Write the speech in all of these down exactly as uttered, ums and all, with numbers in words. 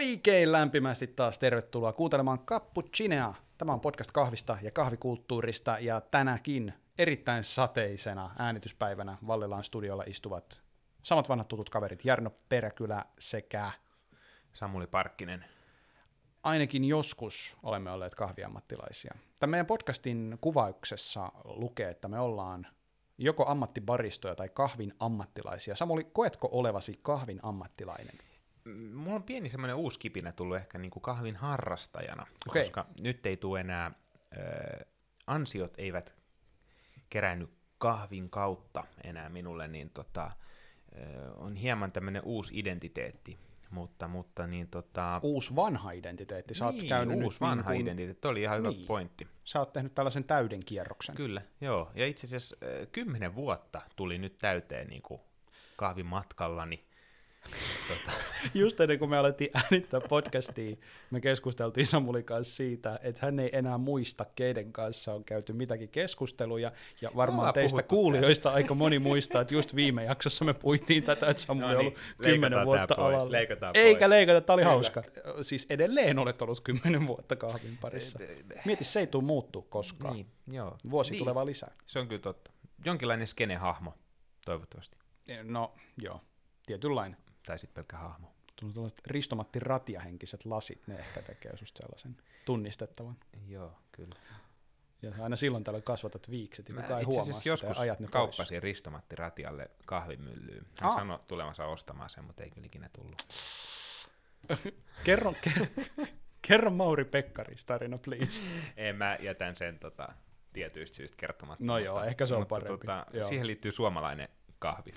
Oikein lämpimästi taas tervetuloa kuuntelemaan Cappuccinea. Tämä on podcast kahvista ja kahvikulttuurista, ja tänäkin erittäin sateisena äänityspäivänä Vallilan studiolla istuvat samat vanhat tutut kaverit Jarno Peräkylä sekä Samuli Parkkinen. Ainakin joskus olemme olleet kahviammattilaisia. Tämän meidän podcastin kuvauksessa lukee, että me ollaan joko ammattibaristoja tai kahvin ammattilaisia. Samuli, koetko olevasi kahvin ammattilainen? Mulla on pieni semmoinen uusi kipinä tullut ehkä niin kuin kahvin harrastajana, okay. koska nyt ei tule enää, ö, ansiot eivät kerännyt kahvin kautta enää minulle, niin tota, ö, on hieman tämmöinen uusi identiteetti. Mutta, mutta niin tota... Uusi vanha identiteetti. Sä oot niin, käynyt uusi nyt vanha niin kuin... identiteetti. Toi oli ihan niin. hyvä pointti. Sä oot tehnyt tällaisen täyden kierroksen. Kyllä, joo. Ja itse asiassa äh, kymmenen vuotta tuli nyt täyteen niin kuin kahvimatkallani. tota. Just ennen kuin me alettiin äänittää podcastia, me keskusteltiin Samulin kanssa siitä, että hän ei enää muista, keiden kanssa on käyty mitäkin keskusteluja, ja varmaan Ollaan teistä kuulijoista tästä. Aika moni muistaa, että just viime jaksossa me puitiin tätä, että Samuli on no ollut niin, kymmenen vuotta pois, alalla. Leikataan Eikä pois. leikata, tämä oli Kyllä. hauska. Siis edelleen olet ollut kymmenen vuotta kahvin parissa. Mieti, se ei tule muuttua koskaan. Niin, joo. Vuosi niin. tulee vaan lisää. Se on kyllä totta. Jonkinlainen skene-hahmo, toivottavasti. No, joo, tietynlainen. Tai sitten pelkkä hahmo. Tullut tällaiset Risto-Matti Ratia-henkiset lasit, ne ehkä tekee susta sellaisen tunnistettavan. Joo, kyllä. Ja aina silloin tällöin kasvatat viikset, ja kukaan ei itse huomaa asiassa sitä, joskus ajat ne kauppasin Risto-Matti Ratialle kahvimyllyyn. Hän ah. sanoi tulevansa ostamaan sen, mutta ei kyllä ikinä tullut. kerro, kerro, kerro Mauri Pekkaris tarina, please. En, mä jätän sen tota, tietyistä syistä kertomatta. No joo, mutta, ehkä se on mutta, parempi. Tota, joo. Siihen liittyy suomalainen kahvi.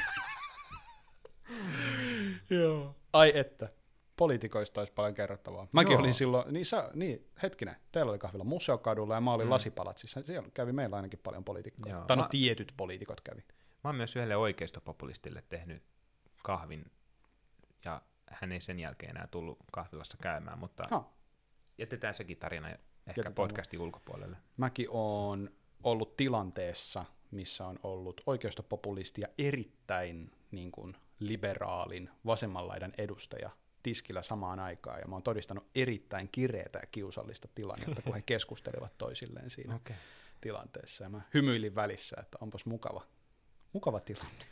Joo. Ai että, poliitikoista olisi paljon kerrottavaa. Mäkin Joo. olin silloin, niin, sä, niin hetkinen, teillä oli kahvila Museokadulla ja mä olin mm. Lasipalatsissa. Siellä kävi meillä ainakin paljon poliitikkoja. Joo. Tai no mä... tietyt poliitikot kävi. Mä oon myös yhdelle oikeistopopulistille tehnyt kahvin, ja hän ei sen jälkeen enää tullut kahvilassa käymään, mutta ha. jätetään sekin tarina ehkä jätetään podcastin mä. ulkopuolelle. Mäkin oon ollut tilanteessa, missä on ollut oikeistopopulisti ja erittäin niin kuin, liberaalin vasemmanlaidan edustaja tiskillä samaan aikaan, ja mä oon todistanut erittäin kireätä ja kiusallista tilannetta, kun he keskustelevat toisilleen siinä okay. tilanteessa, ja mä hymyilin välissä, että onpas mukava, mukava tilanne.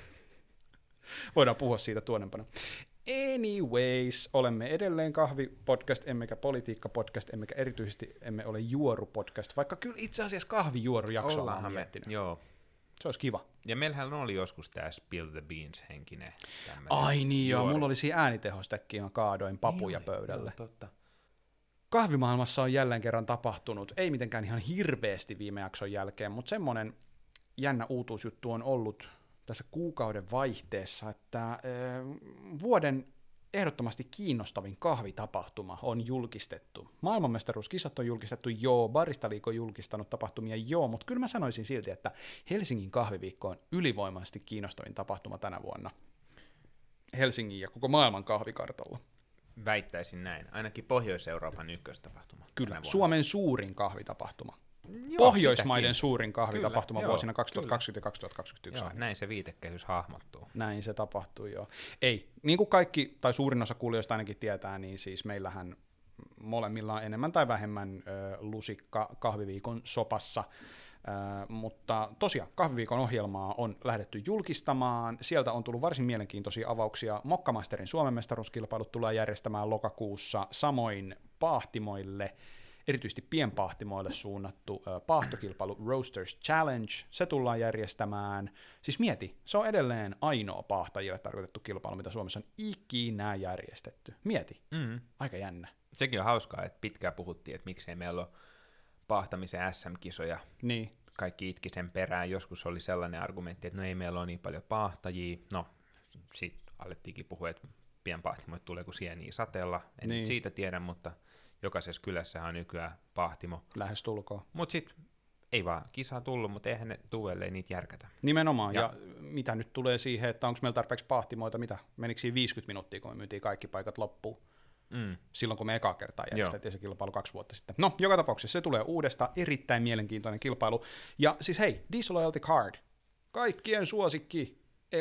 Voidaan puhua siitä tuonnempana. Anyways, olemme edelleen kahvipodcast, emmekä politiikkapodcast, emmekä erityisesti emme ole juorupodcast, vaikka kyllä itse asiassa kahvijuorujaksoa on miettinyt. Joo. Se olisi kiva. Ja meillähän oli joskus tämä Spill the Beans-henkinen. Ai niin joo, mulla oli siinä äänitehostekin, mä kaadoin papuja niin pöydälle. Joo, totta. Kahvimaailmassa on jälleen kerran tapahtunut, ei mitenkään ihan hirveästi viime jakson jälkeen, mutta semmoinen jännä uutuusjuttu on ollut tässä kuukauden vaihteessa, että äh, vuoden ehdottomasti kiinnostavin kahvitapahtuma on julkistettu. Maailmanmestaruuskisat on julkistettu, joo, Baristaliiga on julkistanut tapahtumia, joo, mutta kyllä mä sanoisin silti, että Helsingin kahviviikko on ylivoimaisesti kiinnostavin tapahtuma tänä vuonna Helsingin ja koko maailman kahvikartalla. Väittäisin näin, ainakin Pohjois-Euroopan ykköstapahtuma. Kyllä, Suomen suurin kahvitapahtuma. Joo, Pohjoismaiden sitäkin. suurin kahvitapahtuma Kyllä, vuosina joo, kaksituhattakaksikymmentä ja kaksituhattakaksikymmentäyksi. Joo, näin se viitekehys hahmottuu. Näin se tapahtuu, joo. Ei, niin kuin kaikki, tai suurin osa kuulijoista ainakin tietää, niin siis meillähän molemmilla on enemmän tai vähemmän ö, lusikka kahviviikon sopassa, ö, mutta tosiaan kahviviikon ohjelmaa on lähdetty julkistamaan, sieltä on tullut varsin mielenkiintoisia avauksia. Mokkamasterin Suomen mestaruuskilpailut tullaan järjestämään lokakuussa, samoin paahtimoille, erityisesti pienpahtimoille suunnattu äh, paahtokilpailu Roasters Challenge, se tullaan järjestämään. Siis mieti, se on edelleen ainoa paahtajille tarkoitettu kilpailu, mitä Suomessa on ikinä järjestetty. Mieti, mm. aika jännä. Sekin on hauskaa, että pitkään puhuttiin, että miksei meillä ole paahtamisen S M-kisoja. Niin. Kaikki itki sen perään. Joskus oli sellainen argumentti, että no ei meillä ole niin paljon paahtajia. No, sitten alettiinkin puhua, että pienpahtimoit tulee kuin sieniä sateella. En niin. siitä tiedä, mutta jokaisessa kylässä on nykyään pahtimo. Lähestulkoon. Mutta sitten ei vaan kisaa tullut, mutta eihän ne tule, ellei niitä järkätä. Nimenomaan. Ja, ja mitä nyt tulee siihen, että onko meillä tarpeeksi pahtimoita, mitä? Menikö siinä viisikymmentä minuuttia, kun me myytiin kaikki paikat loppuun? Mm. Silloin, kun me ekaa kertaa järjestettiin se kilpailu kaksi vuotta sitten. No, joka tapauksessa se tulee uudestaan. Erittäin mielenkiintoinen kilpailu. Ja siis hei, Diesel Loyalty Card. Kaikkien suosikki. Eli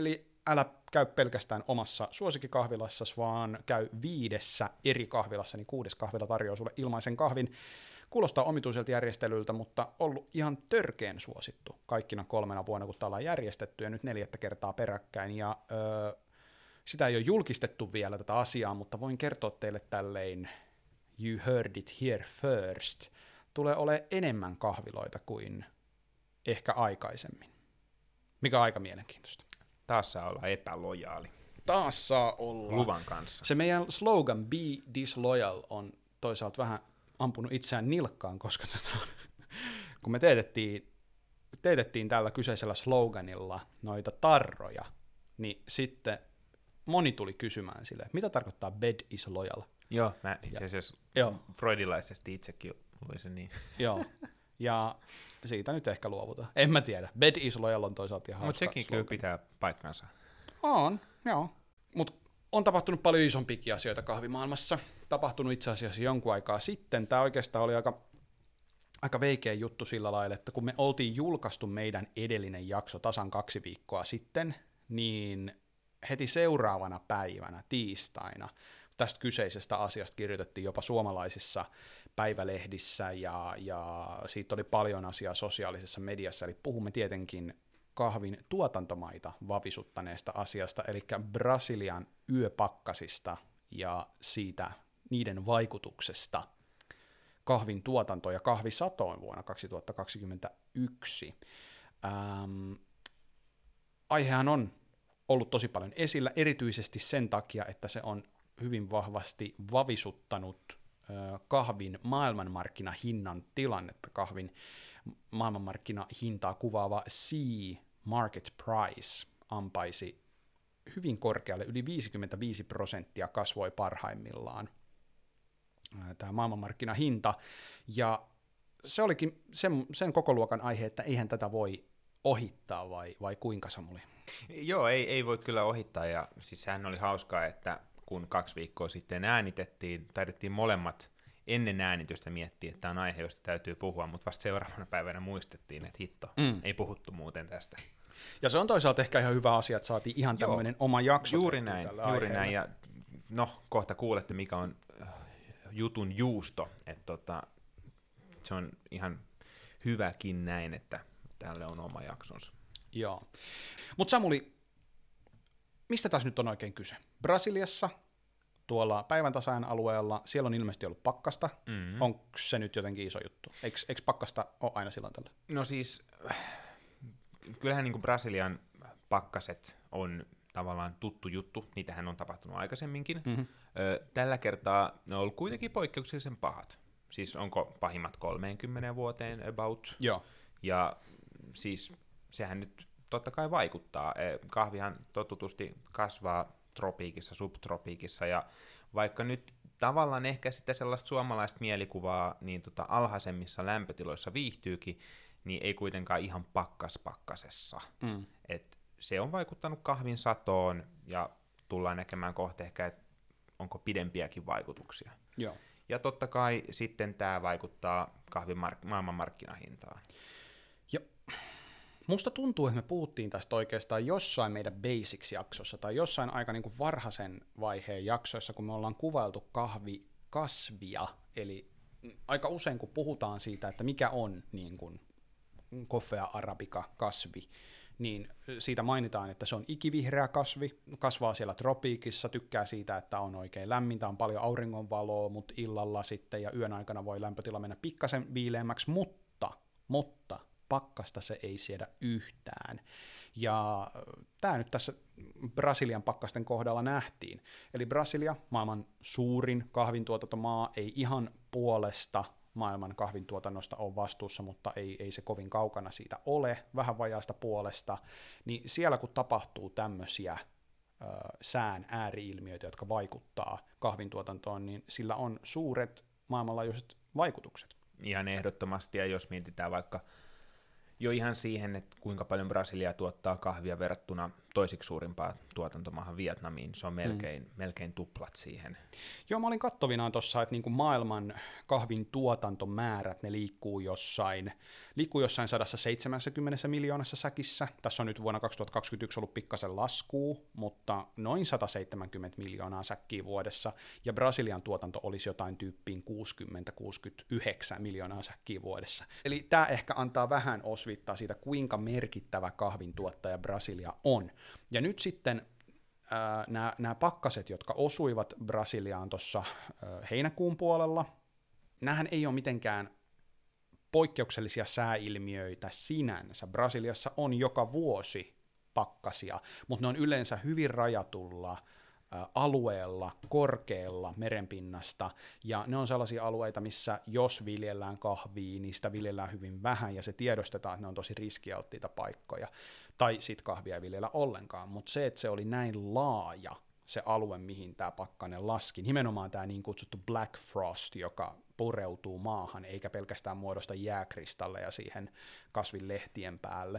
älä käy pelkästään omassa suosikkikahvilassasi, vaan käy viidessä eri kahvilassa, niin kuudes kahvila tarjoaa sulle ilmaisen kahvin. Kuulostaa omituiselta järjestelyltä, mutta ollut ihan törkeen suosittu kaikkina kolmena vuonna, kun tämä ollaan järjestetty, ja nyt neljättä kertaa peräkkäin, ja öö, sitä ei ole julkistettu vielä tätä asiaa, mutta voin kertoa teille tällein, you heard it here first, tulee olemaan enemmän kahviloita kuin ehkä aikaisemmin, mikä on aika mielenkiintoista. Taas saa olla epälojaali. Taas saa olla. Luvan kanssa. Se meidän slogan, be disloyal, on toisaalta vähän ampunut itseään nilkkaan, koska tota, kun me teetettiin, teetettiin tällä kyseisellä sloganilla noita tarroja, niin sitten moni tuli kysymään sille, mitä tarkoittaa bed is loyal? Joo, mä itse asiassa freudilaisesti itsekin luin sen niin. Joo, ja siitä nyt ehkä luovutaan. En mä tiedä. Bed is loyal on toisaalta ihan Mutta sekin slogan. kyllä pitää paikkansa. On, joo. Mutta on tapahtunut paljon isompiakin asioita kahvimaailmassa. Tapahtunut itse asiassa jonkun aikaa sitten. Tämä oikeastaan oli aika, aika veikeä juttu sillä lailla, että kun me oltiin julkaistu meidän edellinen jakso tasan kaksi viikkoa sitten, niin heti seuraavana päivänä, tiistaina, tästä kyseisestä asiasta kirjoitettiin jopa suomalaisissa päivälehdissä, ja, ja siitä oli paljon asiaa sosiaalisessa mediassa, eli puhumme tietenkin kahvin tuotantomaita vavisuttaneesta asiasta, eli Brasilian yöpakkasista ja siitä niiden vaikutuksesta kahvin tuotantoon ja kahvisatoon vuonna kaksituhattakaksikymmentäyksi. Ähm, aihehan on ollut tosi paljon esillä, erityisesti sen takia, että se on hyvin vahvasti vavisuttanut äh, kahvin maailmanmarkkinahinnan tilannetta. Kahvin maailmanmarkkinahintaa kuvaava C Market Price ampaisi hyvin korkealle, yli viisikymmentäviisi prosenttia kasvoi parhaimmillaan tämä maailmanmarkkinahinta, ja se olikin sen, sen koko luokan aihe, että eihän tätä voi ohittaa, vai, vai kuinka, Samuli? Joo, ei, ei voi kyllä ohittaa, ja siis sehän oli hauskaa, että kun kaksi viikkoa sitten äänitettiin, taidettiin molemmat ennen äänitystä miettiä, että tämä on aihe, josta täytyy puhua, mutta vasta seuraavana päivänä muistettiin, että hitto, mm. ei puhuttu muuten tästä. Ja se on toisaalta ehkä ihan hyvä asia, että saatiin ihan tämmöinen oma jakso. Juuri näin, juuri näin, ja no, kohta kuulette, mikä on jutun juusto, että tota, se on ihan hyväkin näin, että tälle on oma jaksonsa. Joo, mutta Samuli, mistä taas nyt on oikein kyse? Brasiliassa, tuolla päivän tasajan alueella, siellä on ilmeisesti ollut pakkasta. Mm-hmm. Onko se nyt jotenkin iso juttu? Eikö, eikö pakkasta ole aina silloin tällä? No siis, kyllähän niin kuin Brasilian pakkaset on tavallaan tuttu juttu, niitähän on tapahtunut aikaisemminkin. Mm-hmm. Tällä kertaa ne on ollut kuitenkin poikkeuksellisen pahat. Siis onko pahimmat kolmeenkymmeneen vuoteen about? Joo. Ja siis sehän nyt totta kai vaikuttaa. Kahvihan totutusti kasvaa tropiikissa, subtropiikissa, ja vaikka nyt tavallaan ehkä sitä sellaista suomalaista mielikuvaa niin tota alhaisemmissa lämpötiloissa viihtyykin, niin ei kuitenkaan ihan pakkaspakkasessa. Mm. Et se on vaikuttanut kahvin satoon, ja tullaan näkemään kohta ehkä, että onko pidempiäkin vaikutuksia. Joo. Ja totta kai sitten tämä vaikuttaa kahvin mark- maailmanmarkkinahintaan. Ja musta tuntuu, että me puhuttiin tästä oikeastaan jossain meidän Basics-jaksossa tai jossain aika niin kuin varhaisen vaiheen jaksoissa, kun me ollaan kuvailtu kahvikasvia, eli aika usein kun puhutaan siitä, että mikä on niin kuin Coffea arabica kasvi, niin siitä mainitaan, että se on ikivihreä kasvi, kasvaa siellä tropiikissa, tykkää siitä, että on oikein lämmintä, on paljon auringonvaloa, mutta illalla sitten ja yön aikana voi lämpötila mennä pikkasen viileämmäksi, mutta, mutta pakkasta se ei siedä yhtään. Ja tämä nyt tässä Brasilian pakkasten kohdalla nähtiin. Eli Brasilia, maailman suurin kahvintuotantomaa, ei ihan puolesta maailman kahvintuotannosta on vastuussa, mutta ei, ei se kovin kaukana siitä ole, vähän vajaasta puolesta, niin siellä kun tapahtuu tämmöisiä ö, sään ääriilmiöitä, jotka vaikuttaa kahvintuotantoon, niin sillä on suuret maailmanlaajuiset vaikutukset. Ihan ehdottomasti, ja jos mietitään vaikka jo ihan siihen, että kuinka paljon Brasilia tuottaa kahvia verrattuna toisiksi suurimpaa tuotantomaahan Vietnamiin, se on melkein, mm. melkein tuplat siihen. Joo, mä olin kattovinaan tuossa, että niinku maailman kahvin tuotantomäärät, ne liikkuu jossain, liikkuu jossain sata seitsemänkymmentä miljoonassa säkissä. Tässä on nyt vuonna kaksituhattakaksikymmentäyksi ollut pikkasen laskuu, mutta noin sata seitsemänkymmentä miljoonaa säkkiä vuodessa, ja Brasilian tuotanto olisi jotain tyyppiin kuusikymmentä kuusikymmentäyhdeksän miljoonaa säkkiä vuodessa. Eli tämä ehkä antaa vähän osvittaa siitä, kuinka merkittävä kahvin tuottaja Brasilia on. Ja nyt sitten äh, nämä pakkaset, jotka osuivat Brasiliaan tuossa äh, heinäkuun puolella, nämähän ei ole mitenkään poikkeuksellisia sääilmiöitä sinänsä. Brasiliassa on joka vuosi pakkasia, mutta ne on yleensä hyvin rajatulla äh, alueella, korkealla merenpinnasta, ja ne on sellaisia alueita, missä jos viljellään kahvia, niin sitä viljellään hyvin vähän, ja se tiedostetaan, että ne on tosi riskialttiita paikkoja. Tai sit kahvia ei viljellä ollenkaan, mutta se, että se oli näin laaja se alue, mihin tämä pakkanen laski, nimenomaan tämä niin kutsuttu Black Frost, joka pureutuu maahan, eikä pelkästään muodosta jääkristalleja siihen kasvin lehtien päälle,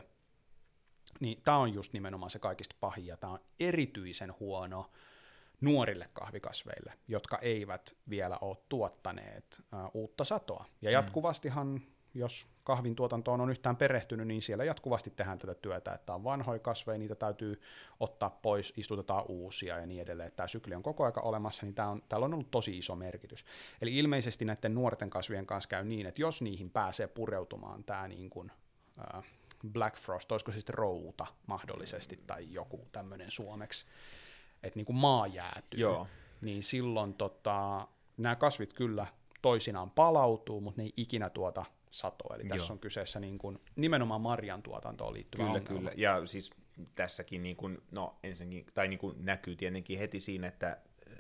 niin tämä on just nimenomaan se kaikista pahin, ja tämä on erityisen huono nuorille kahvikasveille, jotka eivät vielä ole tuottaneet ä, uutta satoa. Ja jatkuvastihan, jos kahvin tuotantoon on yhtään perehtynyt, niin siellä jatkuvasti tehdään tätä työtä, että on vanhoja kasveja, niitä täytyy ottaa pois, istutetaan uusia ja niin edelleen. Tämä sykli on koko aika olemassa, niin tämä on, täällä on ollut tosi iso merkitys. Eli ilmeisesti näiden nuorten kasvien kanssa käy niin, että jos niihin pääsee pureutumaan tämä niin kuin, äh, Black Frost, olisiko se sitten routa mahdollisesti tai joku tämmöinen suomeksi, että niin kuin maa jäätyy, Joo. niin silloin tota, nämä kasvit kyllä toisinaan palautuu, mutta ne ei ikinä tuota satoa. Eli tässä Joo. on kyseessä niin kuin nimenomaan marjan tuotantoon liittyvä kyllä, ongelma. Kyllä, ja siis tässäkin niin kuin, no, ensinnäkin, tai niin kuin näkyy tietenkin heti siinä, että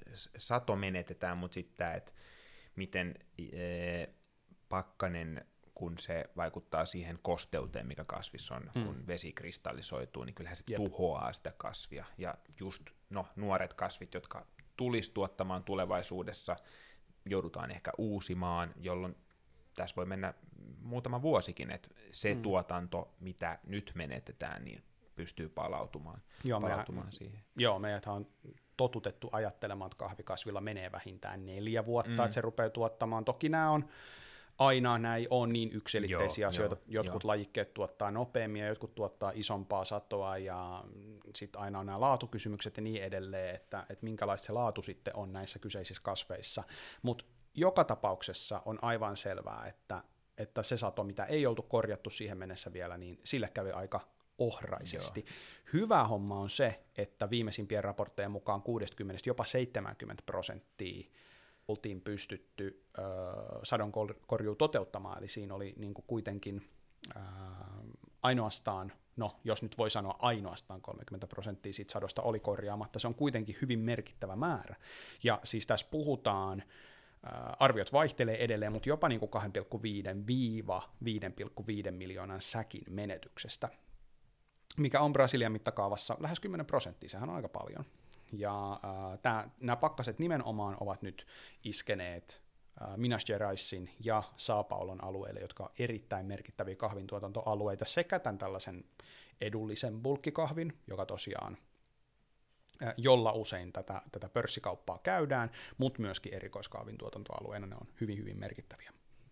sato menetetään, mutta sitten tämä, että miten ee, pakkanen, kun se vaikuttaa siihen kosteuteen, mikä kasvissa on, hmm. kun vesi kristallisoituu, niin kyllähän se Jep. tuhoaa sitä kasvia. Ja just no, nuoret kasvit, jotka tulisi tuottamaan tulevaisuudessa, joudutaan ehkä uusimaan, jolloin tässä voi mennä muutama vuosikin, että se mm. tuotanto, mitä nyt menetetään, niin pystyy palautumaan, joo, palautumaan mehän, siihen. Joo, meidät on totutettu ajattelemaan, että kahvikasvilla menee vähintään neljä vuotta, mm. että se rupeaa tuottamaan. Toki nämä on aina, nämä ei ole niin yksilitteisiä joo, asioita. Jo, jotkut jo. lajikkeet tuottaa nopeammin ja jotkut tuottaa isompaa satoa, ja sitten aina on nämä laatukysymykset ja niin edelleen, että, että minkälaista se laatu sitten on näissä kyseisissä kasveissa. Mutta joka tapauksessa on aivan selvää, että, että se sato, mitä ei oltu korjattu siihen mennessä vielä, niin sille kävi aika ohraisesti. Joo. Hyvä homma on se, että viimeisimpien raporttejen mukaan kuusikymmentä jopa seitsemänkymmentä prosenttia oltiin pystytty äh, sadonkorjuu toteuttamaan, eli siinä oli niin kuin kuitenkin äh, ainoastaan, no jos nyt voi sanoa ainoastaan kolmekymmentä prosenttia siitä sadosta oli korjaamatta, se on kuitenkin hyvin merkittävä määrä. Ja siis tässä puhutaan, arviot vaihtelee edelleen, mutta jopa niin kuin kaksi pilkku viisi viiva viisi pilkku viisi miljoonan säkin menetyksestä, mikä on Brasilian mittakaavassa lähes kymmenen prosenttia, sehän on aika paljon. Ja äh, tää, nämä pakkaset nimenomaan ovat nyt iskeneet äh, Minas Geraisin ja São Paulon alueille, jotka on erittäin merkittäviä kahvintuotantoalueita, sekä tämän tällaisen edullisen bulkkikahvin, joka tosiaan jolla usein tätä, tätä pörssikauppaa käydään, mutta myöskin erikoiskahvin tuotantoalueena ne on hyvin, hyvin merkittäviä.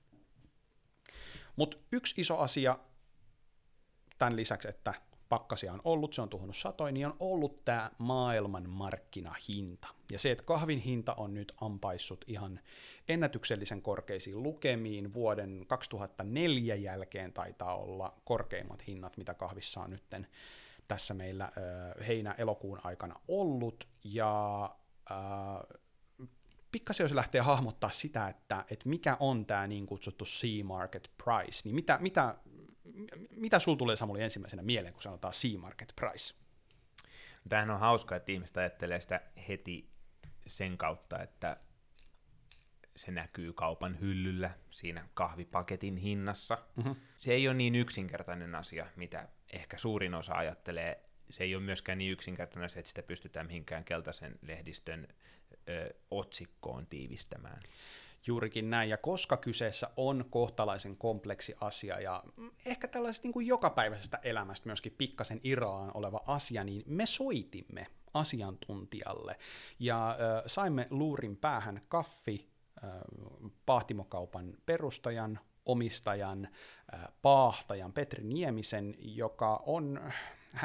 Mutta yksi iso asia tämän lisäksi, että pakkasia on ollut, se on tuhonnut satoin, niin on ollut tämä maailmanmarkkinahinta. Ja se, että kahvin hinta on nyt ampaissut ihan ennätyksellisen korkeisiin lukemiin, vuoden kaksituhattaneljä jälkeen taitaa olla korkeimmat hinnat, mitä kahvissa on nytten tässä meillä äh, heinä-elokuun aikana ollut, ja äh, pikkasen jos lähtee hahmottaa sitä, että, että mikä on tämä niin kutsuttu C-market price, niin mitä, mitä, mitä sulla tulee Samuli ensimmäisenä mieleen, kun sanotaan C-market price? Tämähän on hauska, että ihmiset ajattelee sitä heti sen kautta, että se näkyy kaupan hyllyllä siinä kahvipaketin hinnassa. Mm-hmm. Se ei ole niin yksinkertainen asia, mitä ehkä suurin osa ajattelee. Se ei ole myöskään niin yksinkertainen asia, että sitä pystytään mihinkään keltaisen lehdistön ö, otsikkoon tiivistämään. Juurikin näin, ja koska kyseessä on kohtalaisen kompleksi asia ja ehkä tällaisesta niin kuin jokapäiväisestä elämästä myöskin pikkasen irrallaan oleva asia, niin me soitimme asiantuntijalle ja äh, saimme luurin päähän Kaffi äh, pahtimokaupan perustajan, omistajan, äh, paahtajan Petri Niemisen, joka on,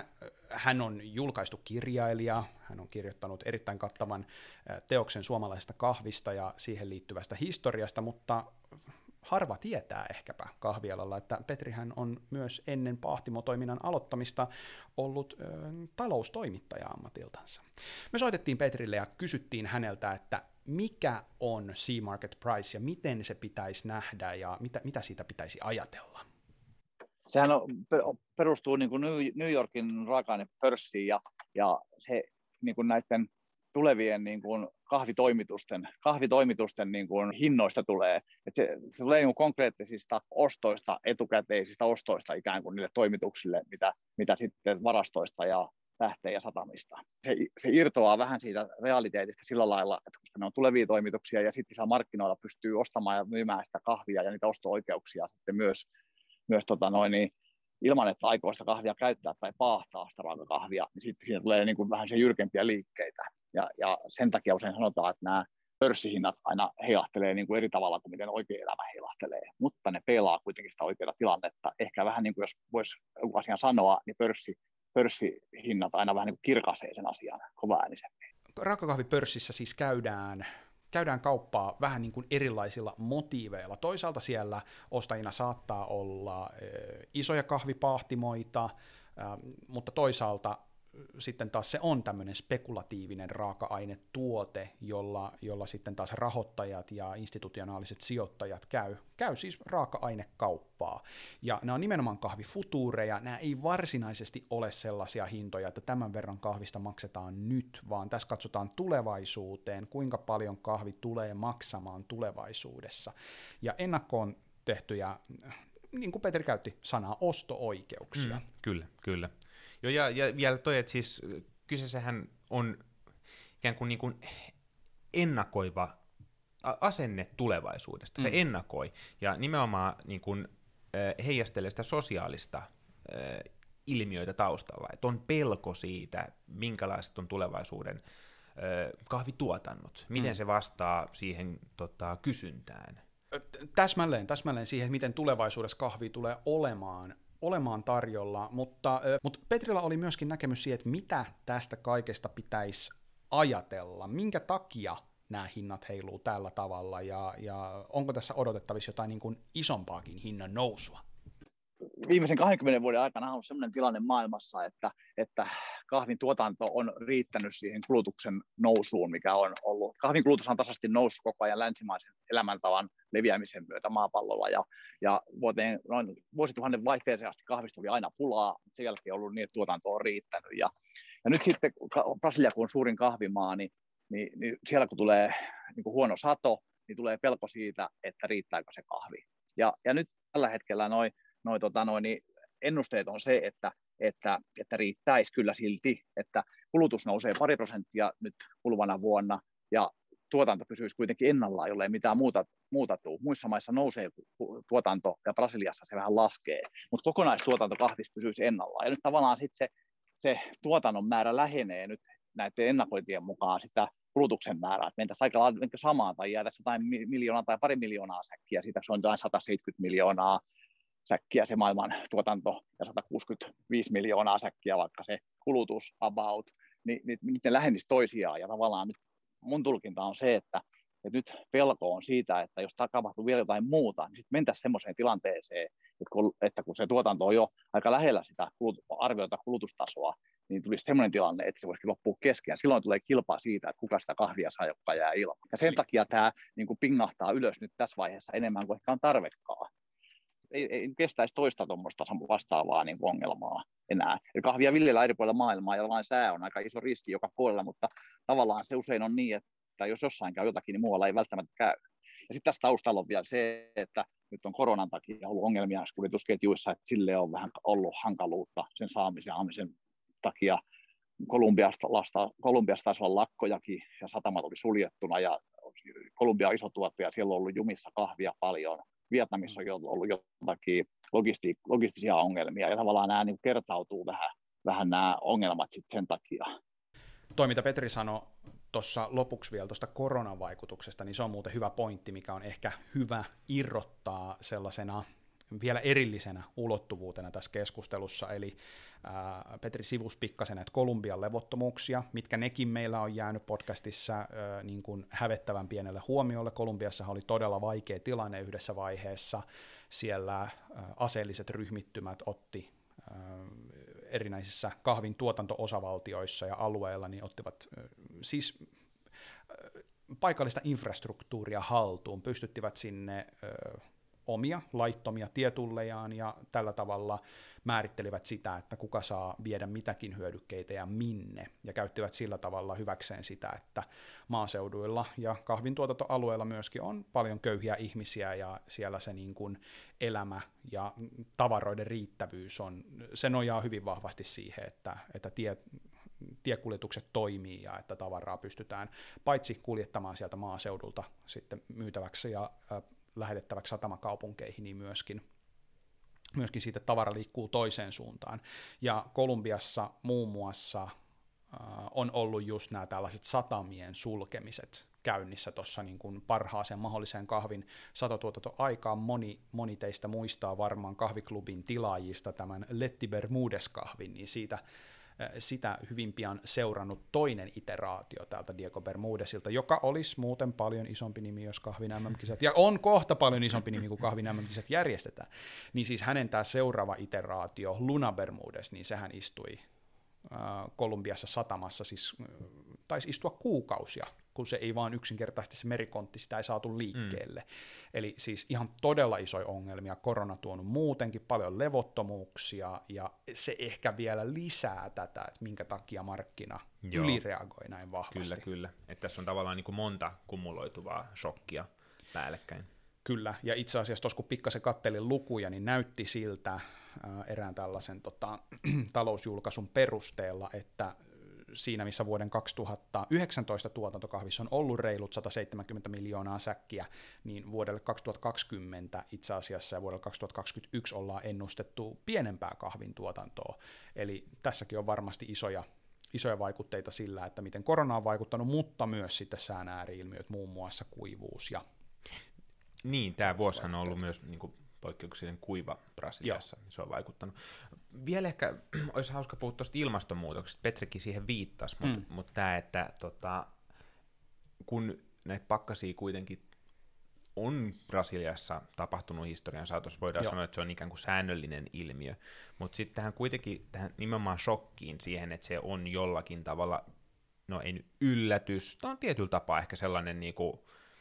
hän on julkaistu kirjailija, hän on kirjoittanut erittäin kattavan äh, teoksen suomalaisesta kahvista ja siihen liittyvästä historiasta, mutta harva tietää ehkäpä kahvialalla, että Petrihän on myös ennen pahtimotoiminnan aloittamista ollut ö, taloustoimittaja ammatiltansa. Me soitettiin Petrille ja kysyttiin häneltä, että mikä on Sea Market Price ja miten se pitäisi nähdä ja mitä, mitä siitä pitäisi ajatella. Sehän on, perustuu niin kuin New Yorkin raaka-ainepörssiin ja, ja se niin kuin näiden tulevien niin kuin kahvitoimitusten, kahvitoimitusten niin kuin hinnoista tulee. Et se, se tulee niin kuin konkreettisista ostoista, etukäteisistä ostoista ikään kuin niille toimituksille, mitä, mitä sitten varastoista ja tähteä ja satamista. Se, se irtoaa vähän siitä realiteetista sillä lailla, että koska ne on tulevia toimituksia ja sitten siellä markkinoilla pystyy ostamaan ja myymään sitä kahvia ja niitä osto-oikeuksia sitten myös, myös tota noin, niin ilman, että aikoo sitä kahvia käyttää tai paahtaa sitä raakakahvia, niin sitten siinä tulee niin kuin vähän se jyrkempiä liikkeitä. Ja, ja sen takia usein sanotaan, että nämä pörssihinnat aina heilahtelee niin kuin eri tavalla kuin miten oikea elämä heilahtelee, mutta ne pelaa kuitenkin sitä oikeaa tilannetta. Ehkä vähän niin kuin jos voisi joku asian sanoa, niin pörssi, pörssihinnat aina vähän niin kuin kirkaisee sen asian kovaäänisemmin. Raakakahvipörssissä siis käydään, käydään kauppaa vähän niin kuin erilaisilla motiiveilla. Toisaalta siellä ostajina saattaa olla e, isoja kahvipahtimoita, e, mutta toisaalta sitten taas se on tämmöinen spekulatiivinen raaka-ainetuote, jolla, jolla sitten taas rahoittajat ja institutionaaliset sijoittajat käy, käy siis raaka-ainekauppaa. Ja nämä on nimenomaan kahvifutuureja, nämä ei varsinaisesti ole sellaisia hintoja, että tämän verran kahvista maksetaan nyt, vaan tässä katsotaan tulevaisuuteen, kuinka paljon kahvi tulee maksamaan tulevaisuudessa. Ja ennakkoon tehtyjä, niin kuin Petri käytti sanaa, osto-oikeuksia. Mm, kyllä, kyllä. Joo, ja, ja vielä toi, että siis kyseessähän on ikään kuin, niin kuin ennakoiva asenne tulevaisuudesta. Se mm. ennakoi, ja nimenomaan niin kuin, heijastelee sitä sosiaalista ilmiöitä taustalla. Että on pelko siitä, minkälaiset on tulevaisuuden kahvituotannot, miten mm. se vastaa siihen tota, kysyntään. Täsmälleen, täsmälleen siihen, miten tulevaisuudessa kahvi tulee olemaan. olemaan tarjolla, mutta, mutta Petrillä oli myöskin näkemys siihen, että mitä tästä kaikesta pitäisi ajatella, minkä takia nämä hinnat heiluu tällä tavalla, ja, ja onko tässä odotettavissa jotain niin kuin isompaakin hinnan nousua? Viimeisen kahdenkymmenen vuoden aikana on ollut sellainen tilanne maailmassa, että, että kahvin tuotanto on riittänyt siihen kulutuksen nousuun, mikä on ollut. Kahvin kulutus on tasaisesti noussut koko ajan länsimaisen elämäntavan leviämisen myötä maapallolla, ja, ja vuoteen, noin vuosituhannen vaihteeseen asti kahvista oli aina pulaa, mutta sen jälkeen on ollut niin, että tuotanto on riittänyt. Ja, ja nyt sitten Brasilia, kun on suurin kahvimaa, niin, niin, niin siellä kun tulee niin kuin huono sato, niin tulee pelko siitä, että riittääkö se kahvi. Ja, ja nyt tällä hetkellä noin Noi, tota, noi, niin ennusteet on se, että, että, että riittäisi kyllä silti, että kulutus nousee pari prosenttia nyt kuluvana vuonna ja tuotanto pysyisi kuitenkin ennallaan, jollei mitään muuta, muuta tule. Muissa maissa nousee tuotanto ja Brasiliassa se vähän laskee, mutta kokonaistuotanto kahvissa pysyisi ennallaan. Ja nyt tavallaan sit se, se tuotannon määrä lähenee nyt näiden ennakointien mukaan sitä kulutuksen määrää, että mentäisiin aika lailla samaan tai jäätäisiin jotain miljoonaa tai pari miljoonaa säkkiä, siitä se on jotain sata seitsemänkymmentä miljoonaa säkkiä se maailman tuotanto ja sata kuusikymmentäviisi miljoonaa säkkiä vaikka se kulutus about, niin, niin, niin ne lähenisi toisiaan ja tavallaan nyt mun tulkinta on se, että, että nyt pelko on siitä, että jos tapahtuu vielä jotain muuta, niin sitten mentäisiin semmoiseen tilanteeseen, että kun, että kun se tuotanto on jo aika lähellä sitä kulut, arvioita kulutustasoa, niin tulisi semmoinen tilanne, että se voisikin loppua kesken. Silloin tulee kilpaa siitä, että kuka sitä kahvia saa, joka jää ilman. Ja sen takia tämä niin kuin pingahtaa ylös nyt tässä vaiheessa enemmän kuin ehkä on tarvekaan. Ei, ei kestäisi toista tuommoista vastaavaa niin kuin ongelmaa enää. Eli kahvia viljellään eri puolilla maailmaa ja vain sää on aika iso riski joka puolella, mutta tavallaan se usein on niin, että jos jossain käy jotakin, niin muualla ei välttämättä käy. Ja sitten tässä taustalla on vielä se, että nyt on koronan takia ollut ongelmia kuljetusketjuissa, että sille on vähän ollut hankaluutta sen saamisen aamisen takia. Kolumbiasta, Kolumbiasta taisi olla lakkojakin ja satamat oli suljettuna ja Kolumbia on iso tuottaja, siellä on ollut jumissa kahvia paljon. Vietnamissa on ollut jotakin logisti- logistisia ongelmia, ja tavallaan nämä niin kertautuu vähän, vähän nämä ongelmat sit sen takia. Toi, mitä Petri sanoi tuossa lopuksi vielä tuosta koronavaikutuksesta, niin se on muuten hyvä pointti, mikä on ehkä hyvä irrottaa sellaisena vielä erillisenä ulottuvuutena tässä keskustelussa, eli ää, Petri sivus pikkasen näitä Kolumbian levottomuuksia, mitkä nekin meillä on jäänyt podcastissa ää, niin kuin hävettävän pienelle huomiolle. Kolumbiassa oli todella vaikea tilanne yhdessä vaiheessa, siellä ää, aseelliset ryhmittymät otti ää, erinäisissä kahvin tuotanto-osavaltioissa ja alueilla, niin ottivat ää, siis ää, paikallista infrastruktuuria haltuun, pystyttivät sinne ää, omia laittomia tietullejaan ja tällä tavalla määrittelivät sitä, että kuka saa viedä mitäkin hyödykkeitä ja minne, ja käyttivät sillä tavalla hyväkseen sitä, että maaseuduilla ja kahvintuotantoalueilla myöskin on paljon köyhiä ihmisiä, ja siellä se niin kuin elämä ja tavaroiden riittävyys on, se nojaa hyvin vahvasti siihen, että, että tie, tiekuljetukset toimii ja että tavaraa pystytään paitsi kuljettamaan sieltä maaseudulta sitten myytäväksi ja lähetettäväksi satamakaupunkeihin, niin myöskin, myöskin siitä tavara liikkuu toiseen suuntaan. Ja Kolumbiassa muun muassa äh, on ollut just nämä tällaiset satamien sulkemiset käynnissä tuossa niin kuin parhaaseen mahdolliseen kahvin satotuotantoaikaan. Moni, moni teistä muistaa varmaan kahviklubin tilaajista tämän Letti Bermúdez-kahvin, niin siitä sitä hyvin pian seurannut toinen iteraatio täältä Diego Bermúdezilta, joka olisi muuten paljon isompi nimi, jos kahvin äm äm-kisat, ja on kohta paljon isompi nimi, kuin kahvin äm äm-kisat järjestetään, niin siis hänen tämä seuraava iteraatio, Luna Bermúdez, niin sehän istui äh, Kolumbiassa satamassa, siis äh, taisi istua kuukausia, kun se ei vaan yksinkertaisesti se merikontti, sitä ei saatu liikkeelle. Mm. Eli siis ihan todella isoja ongelmia, korona tuonut muutenkin paljon levottomuuksia, ja se ehkä vielä lisää tätä, että minkä takia markkina Joo. ylireagoi näin vahvasti. Kyllä, kyllä. Että tässä on tavallaan niin kuin monta kumuloituvaa shokkia päällekkäin. Kyllä, ja itse asiassa tuossa kun pikkasen kattelin lukuja, niin näytti siltä äh, erään tällaisen tota, talousjulkaisun perusteella, että siinä, missä vuoden kaksituhattayhdeksäntoista tuotantokahvissa on ollut reilut sata seitsemänkymmentä miljoonaa säkkiä, niin vuodelle kaksituhattakaksikymmentä itse asiassa ja vuodelle kaksituhattakaksikymmentäyksi ollaan ennustettu pienempää kahvin tuotantoa. Eli tässäkin on varmasti isoja, isoja vaikutteita sillä, että miten korona on vaikuttanut, mutta myös sitten sään ääri-ilmiöt, muun muassa kuivuus. Ja niin, tämä vuosihan on ollut myös niin kuin poikkeuksellinen kuiva Brasiliassa, se on vaikuttanut. Vielä ehkä olisi hauska puhua tuosta ilmastonmuutoksesta, Petrikin siihen viittasi, mutta mm. mut tämä, että tota, kun näitä pakkasia kuitenkin on Brasiliassa tapahtunut historian saatossa, voidaan Joo. sanoa, että se on ikään kuin säännöllinen ilmiö, mutta sitten tähän kuitenkin tähän nimenomaan shokkiin siihen, että se on jollakin tavalla, no ei nyt yllätys, tämä on tietyllä tapaa ehkä sellainen niinku,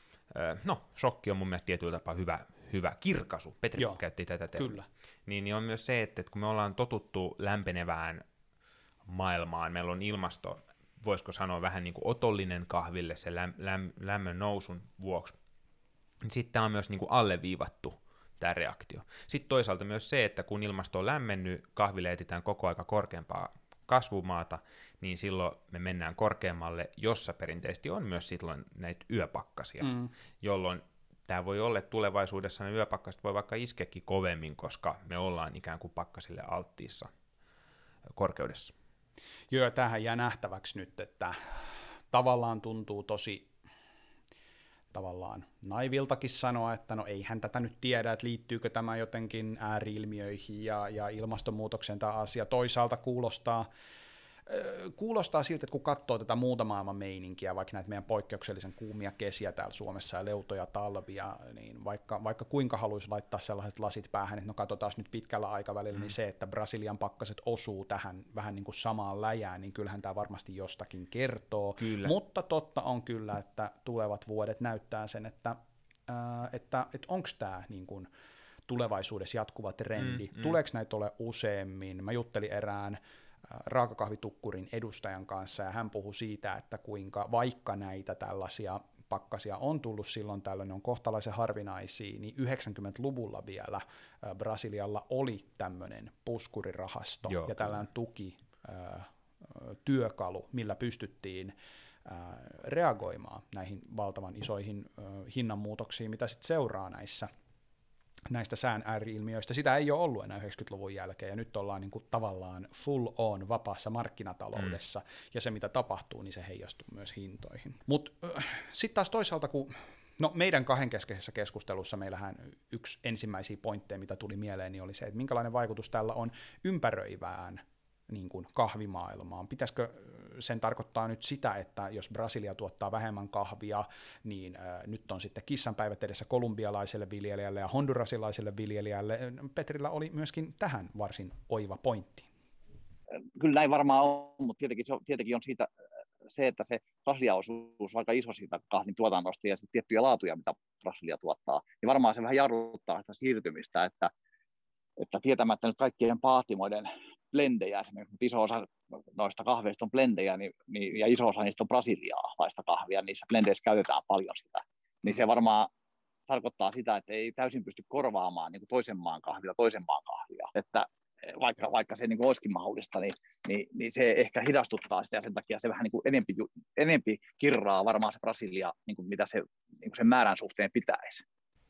no shokki on mun mielestä tietyllä tapaa hyvä, hyvä kirkaisu, Petri Joo, käytti tätä termiä, niin, niin on myös se, että kun me ollaan totuttu lämpenevään maailmaan, meillä on ilmasto, voisiko sanoa vähän niin kuin otollinen kahville se läm, läm, lämmön nousun vuoksi, niin sitten tämä on myös niin kuin alleviivattu tämä reaktio. Sitten toisaalta myös se, että kun ilmasto on lämmennyt, kahville etsitään koko aika korkeampaa kasvumaata, niin silloin me mennään korkeammalle, jossa perinteisesti on myös silloin näitä yöpakkasia, mm. jolloin tämä voi olla, että tulevaisuudessa ne yöpakkaset voi vaikka iskeäkin kovemmin, koska me ollaan ikään kuin pakkasille alttiissa korkeudessa. Joo, tämähän jää nähtäväksi nyt, että tavallaan tuntuu tosi tavallaan naiviltakin sanoa, että no eihän tätä nyt tiedä, että liittyykö tämä jotenkin ääri-ilmiöihin ja, ja ilmastonmuutokseen tämä asia. Toisaalta kuulostaa, kuulostaa siltä, että kun katsoo tätä muuta maailman meininkiä, vaikka näitä meidän poikkeuksellisen kuumia kesiä täällä Suomessa ja leutoja talvia, niin vaikka, vaikka kuinka haluaisi laittaa sellaiset lasit päähän, että no katsotaan nyt pitkällä aikavälillä, mm. niin se, että Brasilian pakkaset osuu tähän vähän niin kuin samaan läjään, niin kyllähän tämä varmasti jostakin kertoo. Kyllä. Mutta totta on kyllä, että tulevat vuodet näyttää sen, että, ää, että, että onko tämä niin kuin tulevaisuudessa jatkuva trendi, mm, mm. tuleeko näitä ole useammin. Mä juttelin erään raakakahvitukkurin edustajan kanssa, ja hän puhui siitä, että kuinka vaikka näitä tällaisia pakkasia on tullut silloin tällöin, ne on kohtalaisen harvinaisia, niin yhdeksänkymmentäluvulla vielä Brasilialla oli tämmöinen puskurirahasto Joo, ja tällainen tuki, työkalu, millä pystyttiin reagoimaan näihin valtavan isoihin hinnanmuutoksiin, mitä sitten seuraa näissä näistä sään ääri-ilmiöistä. Sitä ei ole ollut enää yhdeksänkymmentäluvun jälkeen, ja nyt ollaan niin kuin tavallaan full on vapaassa markkinataloudessa, mm. ja se mitä tapahtuu, niin se heijastuu myös hintoihin. Mutta äh, sitten taas toisaalta, kun no meidän kahdenkeskeisessä keskustelussa meillähän yksi ensimmäisiä pointteja, mitä tuli mieleen, niin oli se, että minkälainen vaikutus tällä on ympäröivään niin kuin kahvimaailmaan. Pitäisikö sen tarkoittaa nyt sitä, että jos Brasilia tuottaa vähemmän kahvia, niin äh, nyt on sitten kissanpäivät edessä kolumbialaiselle viljelijälle ja hondurasilaiselle viljelijälle. Petrillä oli myöskin tähän varsin oiva pointti. Kyllä näin varmaan on, mutta tietenkin, se on, tietenkin on siitä se, että se Brasilia-osuus on aika iso siitä kahvin tuotannosta ja sitten tiettyjä laatuja, mitä Brasilia tuottaa, niin varmaan se vähän jarruttaa sitä siirtymistä, että, että tietämättä nyt kaikkien pahtimoiden blendejä, esimerkiksi iso osa noista kahveista on blendejä, niin, niin, ja iso osa niistä on brasilialaista kahvia, niissä blendeissä käytetään paljon sitä, niin se varmaan tarkoittaa sitä, että ei täysin pysty korvaamaan niin kuin toisen maan kahvia toisen maan kahvia, että vaikka, vaikka se niin kuin olisikin mahdollista, niin, niin, niin se ehkä hidastuttaa sitä, ja sen takia se vähän niin kuin enempi, enempi kirraa varmaan se Brasilia, niin kuin mitä se niin kuin sen määrän suhteen pitäisi.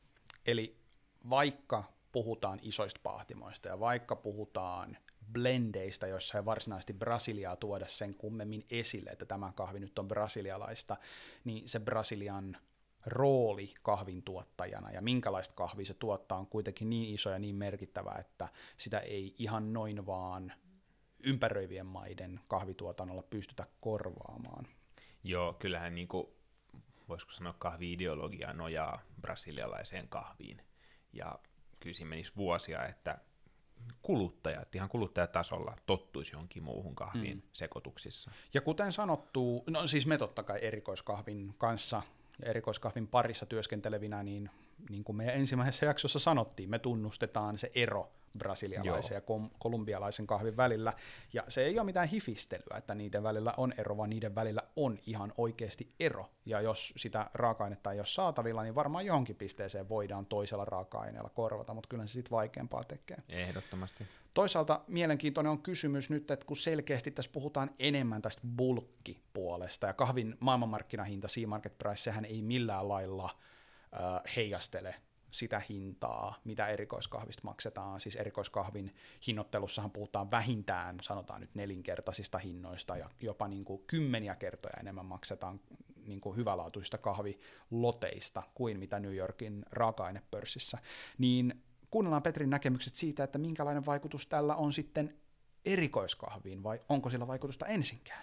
Eli vaikka puhutaan isoista pahtimoista ja vaikka puhutaan blendeistä, joissa ei varsinaisesti Brasiliaa tuoda sen kummemmin esille, että tämä kahvi nyt on brasilialaista, niin se Brasilian rooli kahvin tuottajana ja minkälaista kahvia se tuottaa on kuitenkin niin iso ja niin merkittävä, että sitä ei ihan noin vaan ympäröivien maiden kahvituotannolla pystytä korvaamaan. Joo, kyllähän niin kuin, voisiko sanoa kahvi-ideologia nojaa brasilialaiseen kahviin, ja kyllä siinä menisi vuosia, että kuluttajat ihan kuluttajatasolla tottuisi johonkin muuhun kahviin mm. sekoituksissa. Ja kuten sanottu, no siis me totta kai erikoiskahvin kanssa ja erikoiskahvin parissa työskentelevinä, niin, niin kuin meidän ensimmäisessä jaksossa sanottiin, me tunnustetaan se ero brasilialaisen Joo. ja kom- kolumbialaisen kahvin välillä, ja se ei ole mitään hifistelyä, että niiden välillä on ero, vaan niiden välillä on ihan oikeasti ero, ja jos sitä raaka-ainetta ei ole saatavilla, niin varmaan johonkin pisteeseen voidaan toisella raaka-aineella korvata, mutta kyllä se sitten vaikeampaa tekee. Ehdottomasti. Toisaalta mielenkiintoinen on kysymys nyt, että kun selkeästi tässä puhutaan enemmän tästä bulkkipuolesta, ja kahvin maailmanmarkkinahinta, Sea Market Price, sehän ei millään lailla äh, heijastele sitä hintaa, mitä erikoiskahvista maksetaan. Siis erikoiskahvin hinnoittelussahan puhutaan vähintään, sanotaan nyt nelinkertaisista hinnoista, ja jopa niin kuin kymmeniä kertoja enemmän maksetaan niin kuin hyvälaatuisista kahviloteista kuin mitä New Yorkin raaka-ainepörssissä. Niin kuunnellaan Petrin näkemykset siitä, että minkälainen vaikutus tällä on sitten erikoiskahviin, vai onko sillä vaikutusta ensinkään?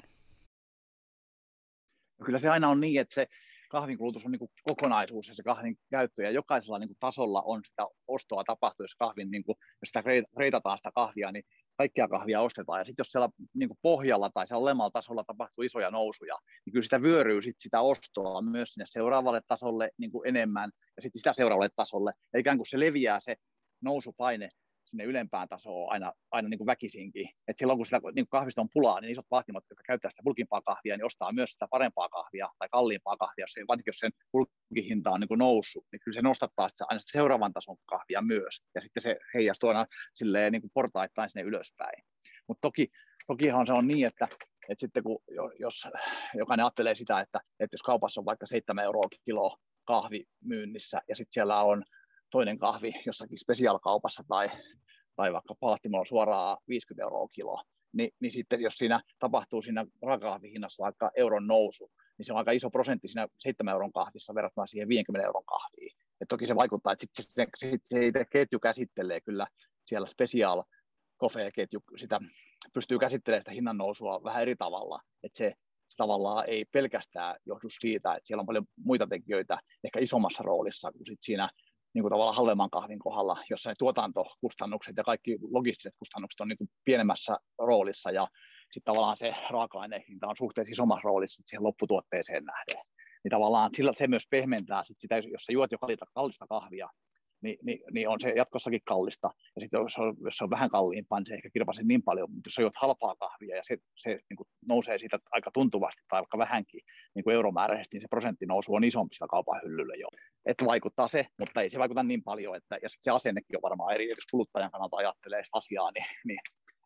Kyllä se aina on niin, että se kahvin kulutus on niin kuin kokonaisuus ja se kahvin käyttö, ja jokaisella niin kuin tasolla on sitä ostoa tapahtuu, jos, kahvin, niin kuin, jos sitä reitataan sitä kahvia, niin kaikkia kahvia ostetaan, ja sitten jos siellä niin kuin pohjalla tai siellä alemmalla tasolla tapahtuu isoja nousuja, niin kyllä sitä vyöryy sit sitä ostoa myös sinne seuraavalle tasolle niin kuin enemmän, ja sitten sitä seuraavalle tasolle, ja ikään kuin se leviää se nousupaine sinne ylempään tasoon aina, aina niin kuin väkisinkin. Et silloin kun sitä niin kuin kahvista on pulaa, niin isot vahtimot, jotka käyttää sitä bulkimpaa kahvia, niin ostaa myös sitä parempaa kahvia tai kalliimpaa kahvia, jos se, varsinkin jos sen bulkihinta on niin kuin noussut, niin kyllä se nostattaa sitä, aina sitä seuraavan tason kahvia myös, ja sitten se heijastuu aina silleen, niin kuin portaittain sinne ylöspäin. Mutta toki, tokihan se on niin, että, että sitten kun, jos jokainen ajattelee sitä, että, että jos kaupassa on vaikka seitsemän euroa kilo kahvi myynnissä, ja sitten siellä on toinen kahvi jossakin spesiaalikaupassa tai, tai vaikka pahtimolla suoraan viisikymmentä euroa kilo, niin, niin sitten jos siinä tapahtuu siinä raakakahvihinnassa vaikka euron nousu, niin se on aika iso prosentti siinä seitsemän euron kahvissa verrattuna siihen viidenkymmenen euron kahviin. Et toki se vaikuttaa, että sitten se, sit se itse ketju käsittelee kyllä siellä special coffee-ketju, sitä pystyy käsittelemään sitä hinnan nousua vähän eri tavalla, että se, se tavallaan ei pelkästään johdu siitä, että siellä on paljon muita tekijöitä ehkä isommassa roolissa kuin sit siinä niin kuin tavallaan halvemman kahvin kohdalla, jossa ne tuotantokustannukset ja kaikki logistiset kustannukset on niin kuin pienemmässä roolissa, ja sitten tavallaan se raaka-ainehinta on suhteessa isommassa roolissa siihen lopputuotteeseen nähden. Niin tavallaan sillä se myös pehmentää sit sitä, jos sä juot jo kallista kahvia, niin, niin, niin on se jatkossakin kallista, ja sitten jos, jos se on vähän kalliimpaa, niin se ehkä kirpase niin paljon, mutta jos sä juot halpaa kahvia, ja se, se niin kuin nousee siitä aika tuntuvasti, tai vaikka vähänkin niin kuin euromääräisesti, niin se prosenttinousu on isompi sillä kaupan hyllyllä jo. Että vaikuttaa se, mutta ei se vaikuta niin paljon, että, ja sitten se asennekin on varmaan eri, jos kuluttajan kannalta ajattelee sitä asiaa, niin, niin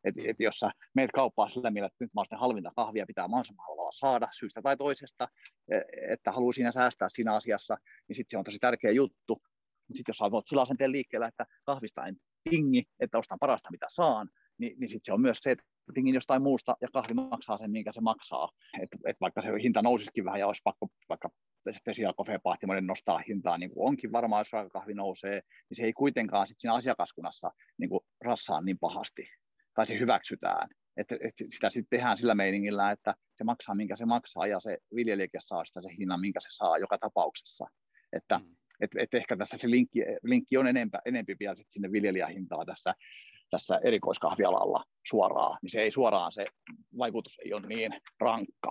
Että et jos sä meet kauppaan sillä mielellä, että nyt mä oon sitä halvinta kahvia, pitää mahdollisimman halvalla saada syystä tai toisesta, että haluaa siinä säästää siinä asiassa, niin sitten se on tosi tärkeä juttu. Sitten jos sä oot sillä asenteen liikkeellä, että kahvista en tingi, että ostan parasta mitä saan, niin, niin sitten se on myös se, että tingin jostain muusta ja kahvi maksaa sen, minkä se maksaa. Et, et vaikka se hinta nousisikin vähän ja olisi pakko vaikka Special-Coffee-pahtimoiden nostaa hintaa, niin kuin onkin varmaan, jos raakakahvi nousee, niin se ei kuitenkaan sit siinä asiakaskunnassa niin kuin rassaa niin pahasti, tai se hyväksytään. Että et sitä sitten tehdään sillä meiningillä, että se maksaa, minkä se maksaa, ja se viljelijäkin saa sitä se hinnan, minkä se saa joka tapauksessa. Että mm. et, et ehkä tässä se linkki, linkki on enempä, enempi vielä sit sinne viljelijähintaa tässä, tässä erikoiskahvialalla suoraan, niin se ei suoraan, se vaikutus ei ole niin rankka.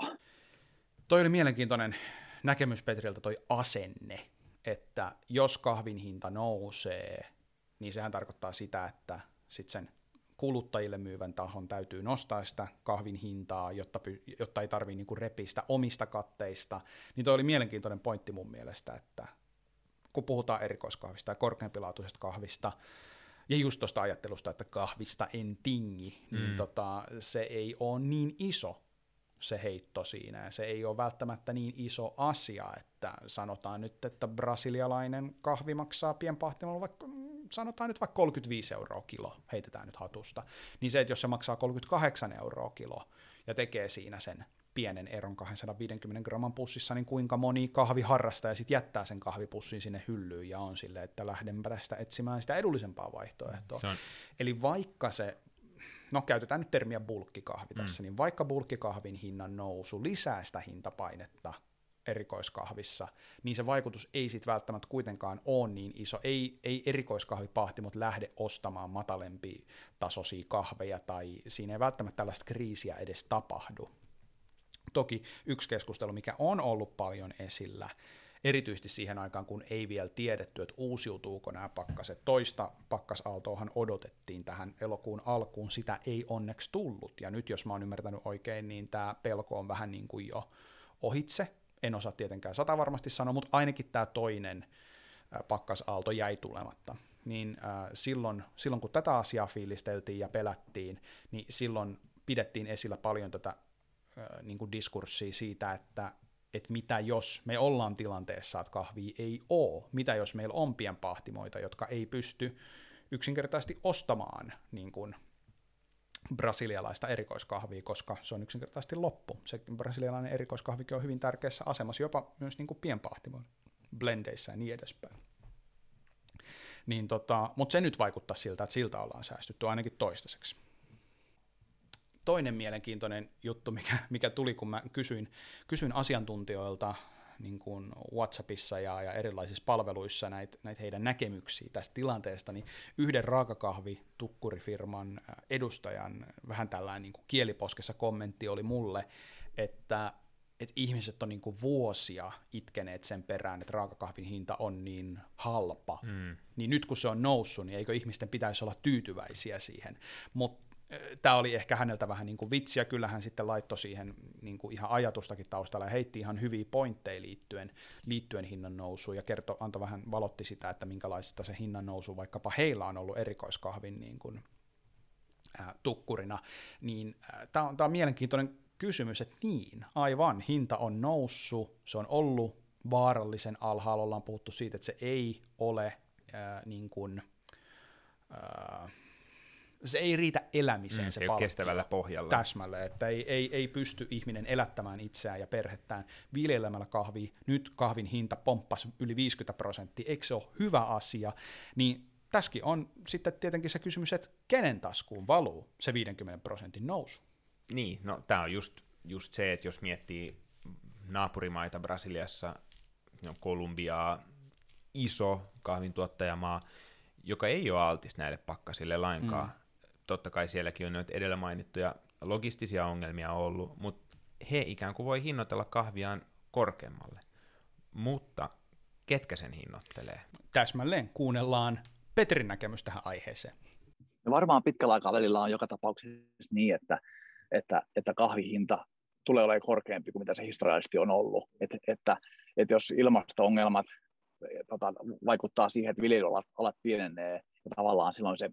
Toi oli mielenkiintoinen näkemys Petriltä toi asenne, että jos kahvin hinta nousee, niin sehän tarkoittaa sitä, että sit sen kuluttajille myyvän tahon täytyy nostaa sitä kahvin hintaa, jotta, jotta ei tarvitse niinku repiä sitä omista katteista. Niin toi oli mielenkiintoinen pointti mun mielestä, että kun puhutaan erikoiskahvista ja korkeampilaatuisesta kahvista, ja just tuosta ajattelusta, että kahvista en tingi, mm. niin tota, se ei ole niin iso se heitto siinä, ja se ei ole välttämättä niin iso asia, että sanotaan nyt, että brasilialainen kahvi maksaa pienpahtimolla vaikka, sanotaan nyt vaikka kolmekymmentäviisi euroa kilo, heitetään nyt hatusta, niin se, että jos se maksaa kolmekymmentäkahdeksan euroa kilo, ja tekee siinä sen pienen eron kaksisataaviisikymmentä gramman pussissa, niin kuinka moni kahviharrastaja sitten jättää sen kahvipussin sinne hyllyyn, ja on silleen, että lähdenpä tästä etsimään sitä edullisempaa vaihtoehtoa. On... Eli vaikka se, no käytetään nyt termiä bulkkikahvi mm. tässä, niin vaikka bulkkikahvin hinnan nousu lisää sitä hintapainetta erikoiskahvissa, niin se vaikutus ei sitten välttämättä kuitenkaan ole niin iso. Ei, ei erikoiskahvipahtimot lähde ostamaan matalempia tasoisia kahveja, tai siinä ei välttämättä tällaista kriisiä edes tapahdu. Toki yksi keskustelu, mikä on ollut paljon esillä, erityisesti siihen aikaan, kun ei vielä tiedetty, että uusiutuuko nämä pakkaset. Toista pakkasaaltoahan odotettiin tähän elokuun alkuun, sitä ei onneksi tullut. Ja nyt, jos mä oon ymmärtänyt oikein, niin tämä pelko on vähän niin kuin jo ohitse. En osaa tietenkään sata varmasti sanoa, mutta ainakin tämä toinen pakkasaalto jäi tulematta. Niin äh, silloin, silloin, kun tätä asiaa fiilisteltiin ja pelättiin, niin silloin pidettiin esillä paljon tätä äh, niin kuin diskurssia siitä, että että mitä jos me ollaan tilanteessa, että kahvia ei ole, mitä jos meillä on pienpahtimoita, jotka ei pysty yksinkertaisesti ostamaan niin kuin brasilialaista erikoiskahvia, koska se on yksinkertaisesti loppu. Se brasilialainen erikoiskahvikin on hyvin tärkeässä asemassa, jopa myös niin kuin pienpahtimoilla, blendeissä ja niin edespäin. Niin tota, mutta se nyt vaikuttaa siltä, että siltä ollaan säästytty ainakin toistaiseksi. Toinen mielenkiintoinen juttu, mikä, mikä tuli, kun mä kysyin, kysyin asiantuntijoilta niin kuin WhatsAppissa ja, ja erilaisissa palveluissa näitä näit heidän näkemyksiä tästä tilanteesta, niin yhden raakakahvitukkurifirman edustajan vähän tällainen niin kuin kieliposkessa kommentti oli mulle, että, että ihmiset on niin kuin vuosia itkeneet sen perään, että raakakahvin hinta on niin halpa, mm. niin nyt kun se on noussut, niin eikö ihmisten pitäisi olla tyytyväisiä siihen, mutta tämä oli ehkä häneltä vähän niin kuin vitsi, ja kyllä hän sitten laittoi siihen niin kuin ihan ajatustakin taustalla ja heitti ihan hyviä pointteja liittyen, liittyen hinnan nousuun ja kertoi, antoi vähän valotti sitä, että minkälaista se hinnan nousu vaikkapa heillä on ollut erikoiskahvin niin kuin, ää, tukkurina. Niin, tämä on, tämä on mielenkiintoinen kysymys, että niin, aivan, hinta on noussut, se on ollut vaarallisen alhaalla, ollaan puhuttu siitä, että se ei ole ää, niin kuin, ää, se ei riitä elämiseen mm, se palkkio kestävällä pohjalla. Täsmälleen, että ei, ei, ei pysty ihminen elättämään itseään ja perhettään viljelemällä kahvia. Nyt kahvin hinta pomppasi yli viisikymmentä prosenttia, eikö se ole hyvä asia? Niin tässäkin on sitten tietenkin se kysymys, että kenen taskuun valuu se viidenkymmenen prosentin nousu? Niin, no tämä on just, just se, että jos miettii naapurimaita Brasiliassa, no Kolumbiaa, iso kahvintuottajamaa, joka ei ole altis näille pakkasille lainkaan. Mm. Totta kai sielläkin on noita edellä mainittuja logistisia ongelmia ollut, mutta he ikään kuin voi hinnoitella kahviaan korkeammalle. Mutta ketkä sen hinnoittelee? Täsmälleen kuunnellaan Petrin näkemys tähän aiheeseen. Ja varmaan pitkällä aikavälillä on joka tapauksessa niin, että, että, että kahvihinta tulee olemaan korkeampi kuin mitä se historiallisesti on ollut. Et, että, että jos ilmasto-ongelmat tota, vaikuttaa siihen, että viljelyalat pienenee, ja tavallaan silloin se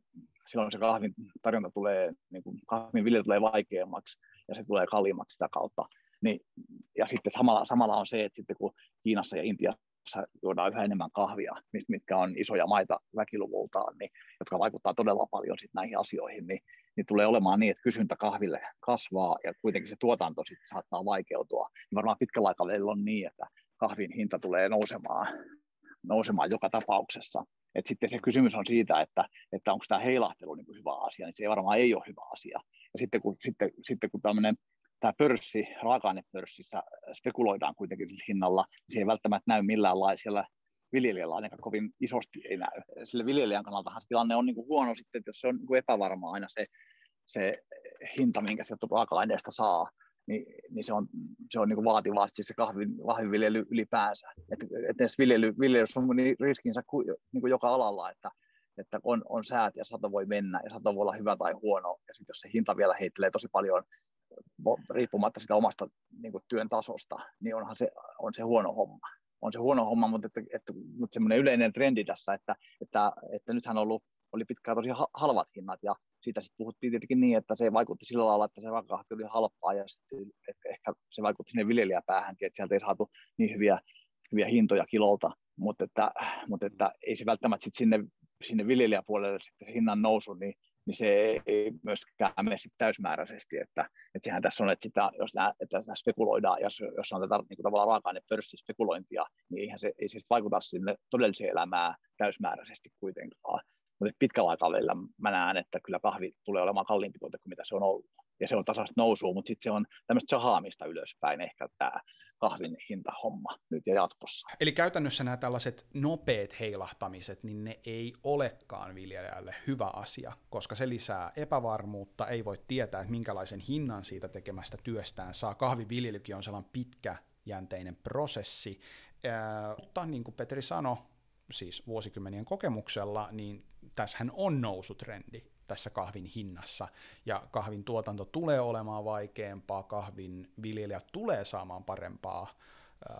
silloin se kahvin tarjonta tulee, niin kuin kahvin viljely tulee vaikeammaksi ja se tulee kalliimmaksi sitä kautta. Niin, ja sitten samalla, samalla on se, että sitten kun Kiinassa ja Intiassa juodaan yhä enemmän kahvia, mitkä on isoja maita väkiluvultaan, niin, jotka vaikuttaa todella paljon sit näihin asioihin, niin, niin tulee olemaan niin, että kysyntä kahville kasvaa ja kuitenkin se tuotanto sitten saattaa vaikeutua. Niin varmaan pitkällä aikavälillä on niin, että kahvin hinta tulee nousemaan, nousemaan joka tapauksessa. Et sitten se kysymys on siitä, että, että onko tämä heilahtelu niin kuin hyvä asia, niin se varmaan ei ole hyvä asia. Ja sitten kun, sitten, sitten kun tämmöinen tämä pörssi, raaka-ainepörssissä spekuloidaan kuitenkin hinnalla, niin se ei välttämättä näy millään lailla siellä viljelijällä, ainakaan kovin isosti ei näy. Sille viljelijän kannaltahan se tilanne on niin kuin huono sitten, että jos se on niin kuin epävarmaa aina se, se hinta, minkä sieltä raaka-aineesta saa, niin, niin se on, se on niin kuin vaativaa siis se kahvin, kahvinviljely ylipäänsä. Että et viljely, viljelyssä on niin riskinsä kuin, niin kuin joka alalla, että, että on, on säät ja sato voi mennä ja sato voi olla hyvä tai huono. Ja sitten jos se hinta vielä heittelee tosi paljon riippumatta sitä omasta niin kuin työn tasosta, niin onhan se, on se huono homma. On se huono homma, mutta, että, että, mutta semmoinen yleinen trendi tässä, että, että, että nythän on ollut, oli pitkään tosi halvat hinnat ja siitä sitten puhuttiin tietenkin niin, että se vaikutti sillä lailla, että se raakakahvi oli halpaa ja sitten että ehkä se vaikutti sinne viljelijäpäähänkin, että sieltä ei saatu niin hyviä, hyviä hintoja kilolta, mutta että, mutta että ei se välttämättä sitten sinne, sinne viljelijäpuolelle sitten se hinnan nousu, niin, niin se ei myöskään mene sitten täysmääräisesti, että, että sehän tässä on, että, sitä, jos nää, että sitä spekuloidaan, jos, jos on tätä niin kuin tavallaan raaka-ainepörssispekulointia, niin eihän se, ei se vaikuta sinne todelliseen elämään täysmääräisesti kuitenkaan. Mutta pitkällä aikavälillä mä näen, että kyllä kahvi tulee olemaan kalliimpi tuote kuin mitä se on ollut. Ja se on tasaista nousua, mutta sitten se on tämmöistä sahaamista ylöspäin ehkä tämä kahvin hintahomma nyt ja jatkossa. Eli käytännössä nämä tällaiset nopeat heilahtamiset, niin ne ei olekaan viljelijälle hyvä asia, koska se lisää epävarmuutta, ei voi tietää, että minkälaisen hinnan siitä tekemästä työstään saa. Kahviviljelykin on sellainen pitkäjänteinen prosessi, äh, mutta niin kuin Petri sanoi, siis vuosikymmenien kokemuksella, niin tässähän on nousutrendi tässä kahvin hinnassa, ja kahvin tuotanto tulee olemaan vaikeampaa, kahvin viljelijät tulee saamaan parempaa ää,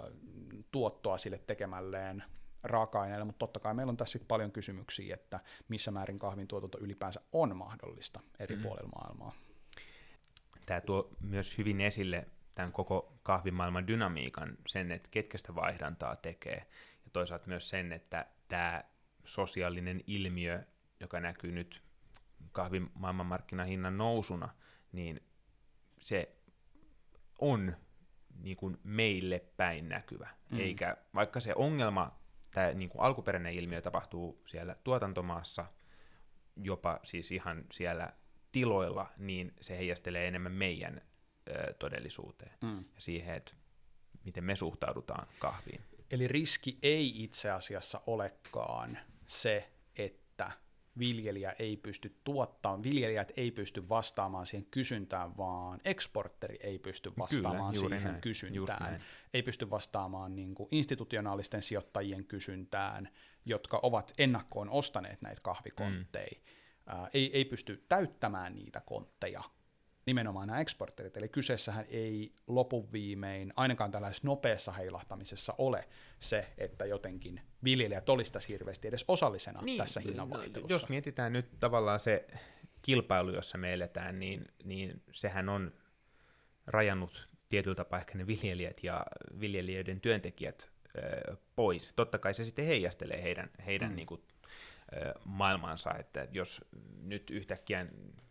tuottoa sille tekemälleen raaka-aineelle, mutta totta kai meillä on tässä paljon kysymyksiä, että missä määrin kahvin tuotanto ylipäänsä on mahdollista eri mm. puolilla maailmaa. Tämä tuo myös hyvin esille tämän koko kahvimaailman dynamiikan, sen, että ketkä sitä vaihdantaa tekee, ja toisaalta myös sen, että tämä sosiaalinen ilmiö, joka näkyy nyt kahvin maailmanmarkkinahinnan nousuna, niin se on niin kuin meille päin näkyvä, mm. eikä vaikka se ongelma, tämä niin kuin alkuperäinen ilmiö tapahtuu siellä tuotantomaassa, jopa siis ihan siellä tiloilla, niin se heijastelee enemmän meidän ö, todellisuuteen mm. ja siihen, että miten me suhtaudutaan kahviin. Eli riski ei itse asiassa olekaan se, että viljelijä ei pysty tuottamaan, viljelijät ei pysty vastaamaan siihen kysyntään, vaan eksportteri ei pysty vastaamaan Kyllä, siihen näin, kysyntään. Ei pysty vastaamaan niin kuin institutionaalisten sijoittajien kysyntään, jotka ovat ennakkoon ostaneet näitä kahvikontteja. Mm. Ää, ei, ei pysty täyttämään niitä kontteja, nimenomaan nämä eksportterit. Eli kyseessähän ei lopun viimein, ainakaan tällaisessa nopeassa heilahtamisessa ole se, että jotenkin viljelijät olisivat tässä hirveästi edes osallisena niin, tässä hinnanvaihtelussa. Jos mietitään nyt tavallaan se kilpailu, jossa me eletään, niin, niin sehän on rajannut tietyllä tapaa ehkä ne viljelijät ja viljelijöiden työntekijät ö, pois. Totta kai se sitten heijastelee heidän, heidän mm. niin kuin, ö, maailmansa, että jos nyt yhtäkkiä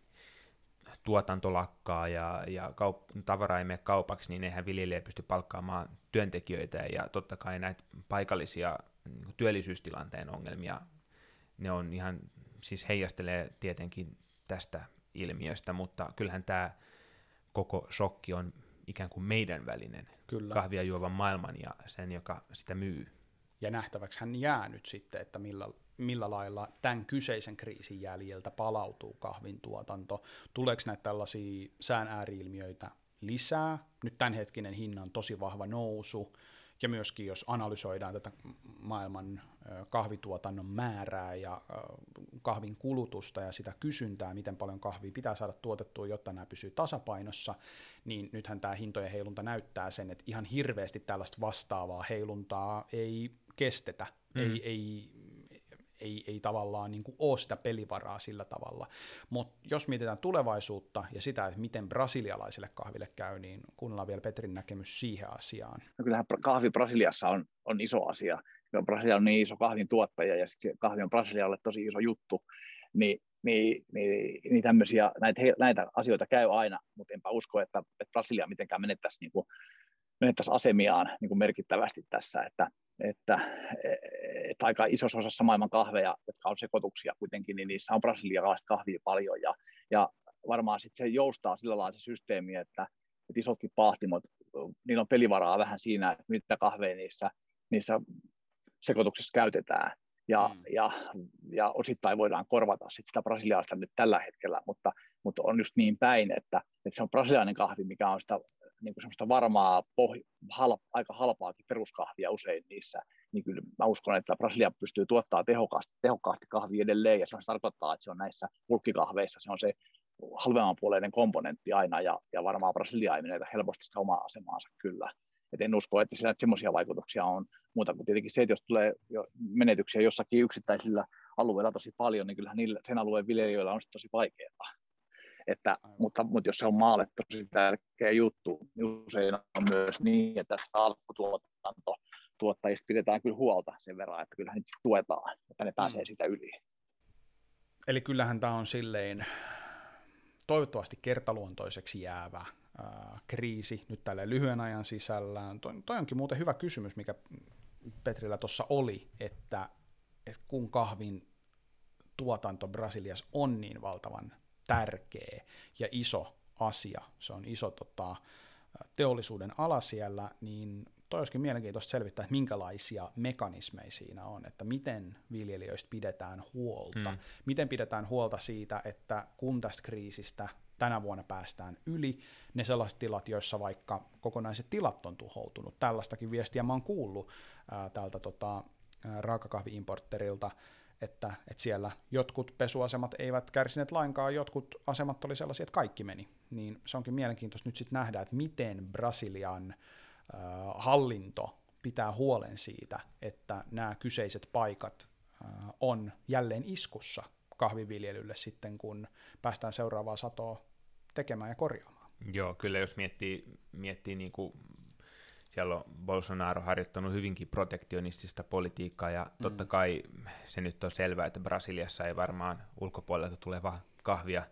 tuotanto lakkaa ja, ja kaup- tavara ei mene kaupaksi, niin eihän viljelijä pysty palkkaamaan työntekijöitä, ja totta kai näitä paikallisia niin työllisyystilanteen ongelmia, ne on ihan, siis heijastelee tietenkin tästä ilmiöstä, mutta kyllähän tämä koko shokki on ikään kuin meidän välinen, Kyllä. kahvia juovan maailman ja sen, joka sitä myy. Ja nähtäväksi hän jää nyt sitten, että millä, millä lailla tämän kyseisen kriisin jäljiltä palautuu kahvin tuotanto. Tuleeko näitä tällaisia sään ääriilmiöitä lisää? Nyt tämänhetkinen hinnan tosi vahva nousu, ja myöskin jos analysoidaan tätä maailman kahvituotannon määrää ja kahvin kulutusta ja sitä kysyntää, miten paljon kahvia pitää saada tuotettua, jotta nämä pysyy tasapainossa, niin nythän tämä hintojen heilunta näyttää sen, että ihan hirveästi tällaista vastaavaa heiluntaa ei kestetä, mm. ei, ei, ei, ei tavallaan niin kuin ole sitä pelivaraa sillä tavalla. Mutta jos mietitään tulevaisuutta ja sitä, että miten brasilialaiselle kahville käy, niin kuunnellaan vielä Petrin näkemys siihen asiaan. No kyllähän kahvi Brasiliassa on, on iso asia. Brasilia on niin iso kahvin tuottaja ja sitten kahvi on Brasilialle tosi iso juttu, niin, niin, niin, niin tämmöisiä, näitä, näitä asioita käy aina, mutta enpä usko, että, että Brasilia mitenkään menettäisi, niin kuin, menettäisi asemiaan niin kuin merkittävästi tässä, että, että, että aika isossa osassa maailman kahveja, jotka on sekoituksia kuitenkin, niin niissä on brasilialaista kahvia paljon ja, ja varmaan sitten se joustaa sillä lailla se systeemi, että, että isotkin pahtimot, niillä on pelivaraa vähän siinä, että mitä kahveja niissä, niissä sekoituksessa käytetään. Ja, mm. ja, ja osittain voidaan korvata sit sitä brasilialaista nyt tällä hetkellä, mutta, mutta on just niin päin, että, että se on brasilialainen kahvi, mikä on sitä niin kuin semmoista varmaa, pohj- hal, aika halpaakin peruskahvia usein niissä, niin kyllä mä uskon, että Brasilia pystyy tuottamaan tehokkaasti, tehokkaasti kahvia edelleen, ja se tarkoittaa, että se on näissä bulkkikahveissa, se on se halvemmanpuoleinen komponentti aina, ja, ja varmaan Brasilia ei menetä helposti sitä omaa asemaansa kyllä. Et en usko, että siellä semmoisia vaikutuksia on muuta kuin tietenkin se, että jos tulee jo menetyksiä jossakin yksittäisillä alueilla tosi paljon, niin kyllähän niillä, sen alueen viljelijöillä on tosi vaikeaa. Että, mutta, mutta jos se on maalle tosi tärkeä juttu, niin usein on myös niin, että tästä alkutuotantotuottajista pidetään kyllä huolta sen verran, että kyllähän niitä tuetaan, että ne pääsee siitä yli. Eli kyllähän tämä on silleen toivottavasti kertaluontoiseksi jäävä äh, kriisi nyt tällä lyhyen ajan sisällä. Toi, toi onkin muuten hyvä kysymys, mikä Petrillä tuossa oli, että, että kun kahvin tuotanto Brasiliassa on niin valtavan tärkeä ja iso asia, se on iso tota, teollisuuden ala siellä, niin toi olisikin mielenkiintoista selvittää, että minkälaisia mekanismeja siinä on, että miten viljelijöistä pidetään huolta, mm. miten pidetään huolta siitä, että kun tästä kriisistä tänä vuonna päästään yli, ne sellaiset tilat, joissa vaikka kokonaiset tilat on tuhoutunut, tällaistakin viestiä mä oon kuullut ää, täältä tota, raakakahvi-importterilta, että, että siellä jotkut pesuasemat eivät kärsineet lainkaan, jotkut asemat oli sellaisia, että kaikki meni, niin se onkin mielenkiintoista nyt sitten nähdä, että miten Brasilian äh, hallinto pitää huolen siitä, että nämä kyseiset paikat äh, on jälleen iskussa kahviviljelylle sitten, kun päästään seuraavaa satoa tekemään ja korjaamaan. Joo, kyllä jos miettii, miettii niin kuin siellä on Bolsonaro harjoittanut hyvinkin protektionistista politiikkaa, ja totta kai se nyt on selvää, että Brasiliassa ei varmaan ulkopuolelta tulevaa kahvia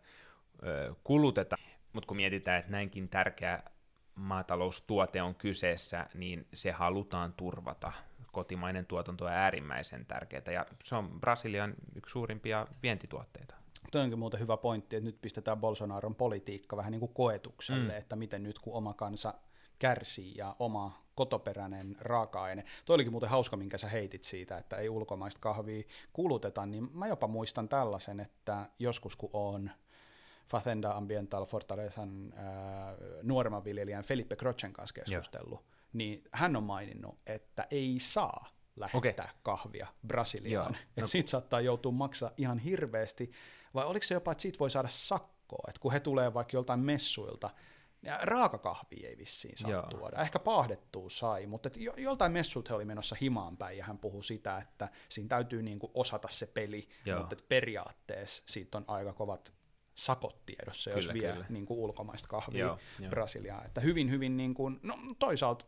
ö, kuluteta, mutta kun mietitään, että näinkin tärkeä maataloustuote on kyseessä, niin se halutaan turvata. Kotimainen tuotanto on äärimmäisen tärkeää, ja se on Brasilian yksi suurimpia vientituotteita. Tuo onkin muuten hyvä pointti, että nyt pistetään Bolsonaron politiikka vähän niin kuin koetukselle, mm. että miten nyt kun oma kansa kärsii ja oma kotoperäinen raaka-aine. Toi olikin muuten hauska, minkä sä heitit siitä, että ei ulkomaista kahvia kuluteta, niin mä jopa muistan tällaisen, että joskus kun on Fazenda Ambiental Fortalezan äh, nuoremman viljelijän Felipe Crochen kanssa keskustellut, Joo. niin hän on maininnut, että ei saa lähettää okay. kahvia Brasiliaan. Että no. siitä saattaa joutua maksaa ihan hirveästi, vai oliko se jopa, että siitä voi saada sakkoa, että kun he tulee vaikka joltain messuilta, ja raakakahvia ei vissiin saa Joo. tuoda. Ehkä paahdettua sai, mutta et jo, joltain messuilta he oli menossa himaan päin, ja hän puhui sitä, että siinä täytyy niinku osata se peli, Joo. mutta et periaatteessa siitä on aika kovat sakot tiedossa, jos kyllä, vie kyllä. Niinku ulkomaista kahvia Joo, Brasiliaan. Että hyvin, hyvin niinku, no toisaalta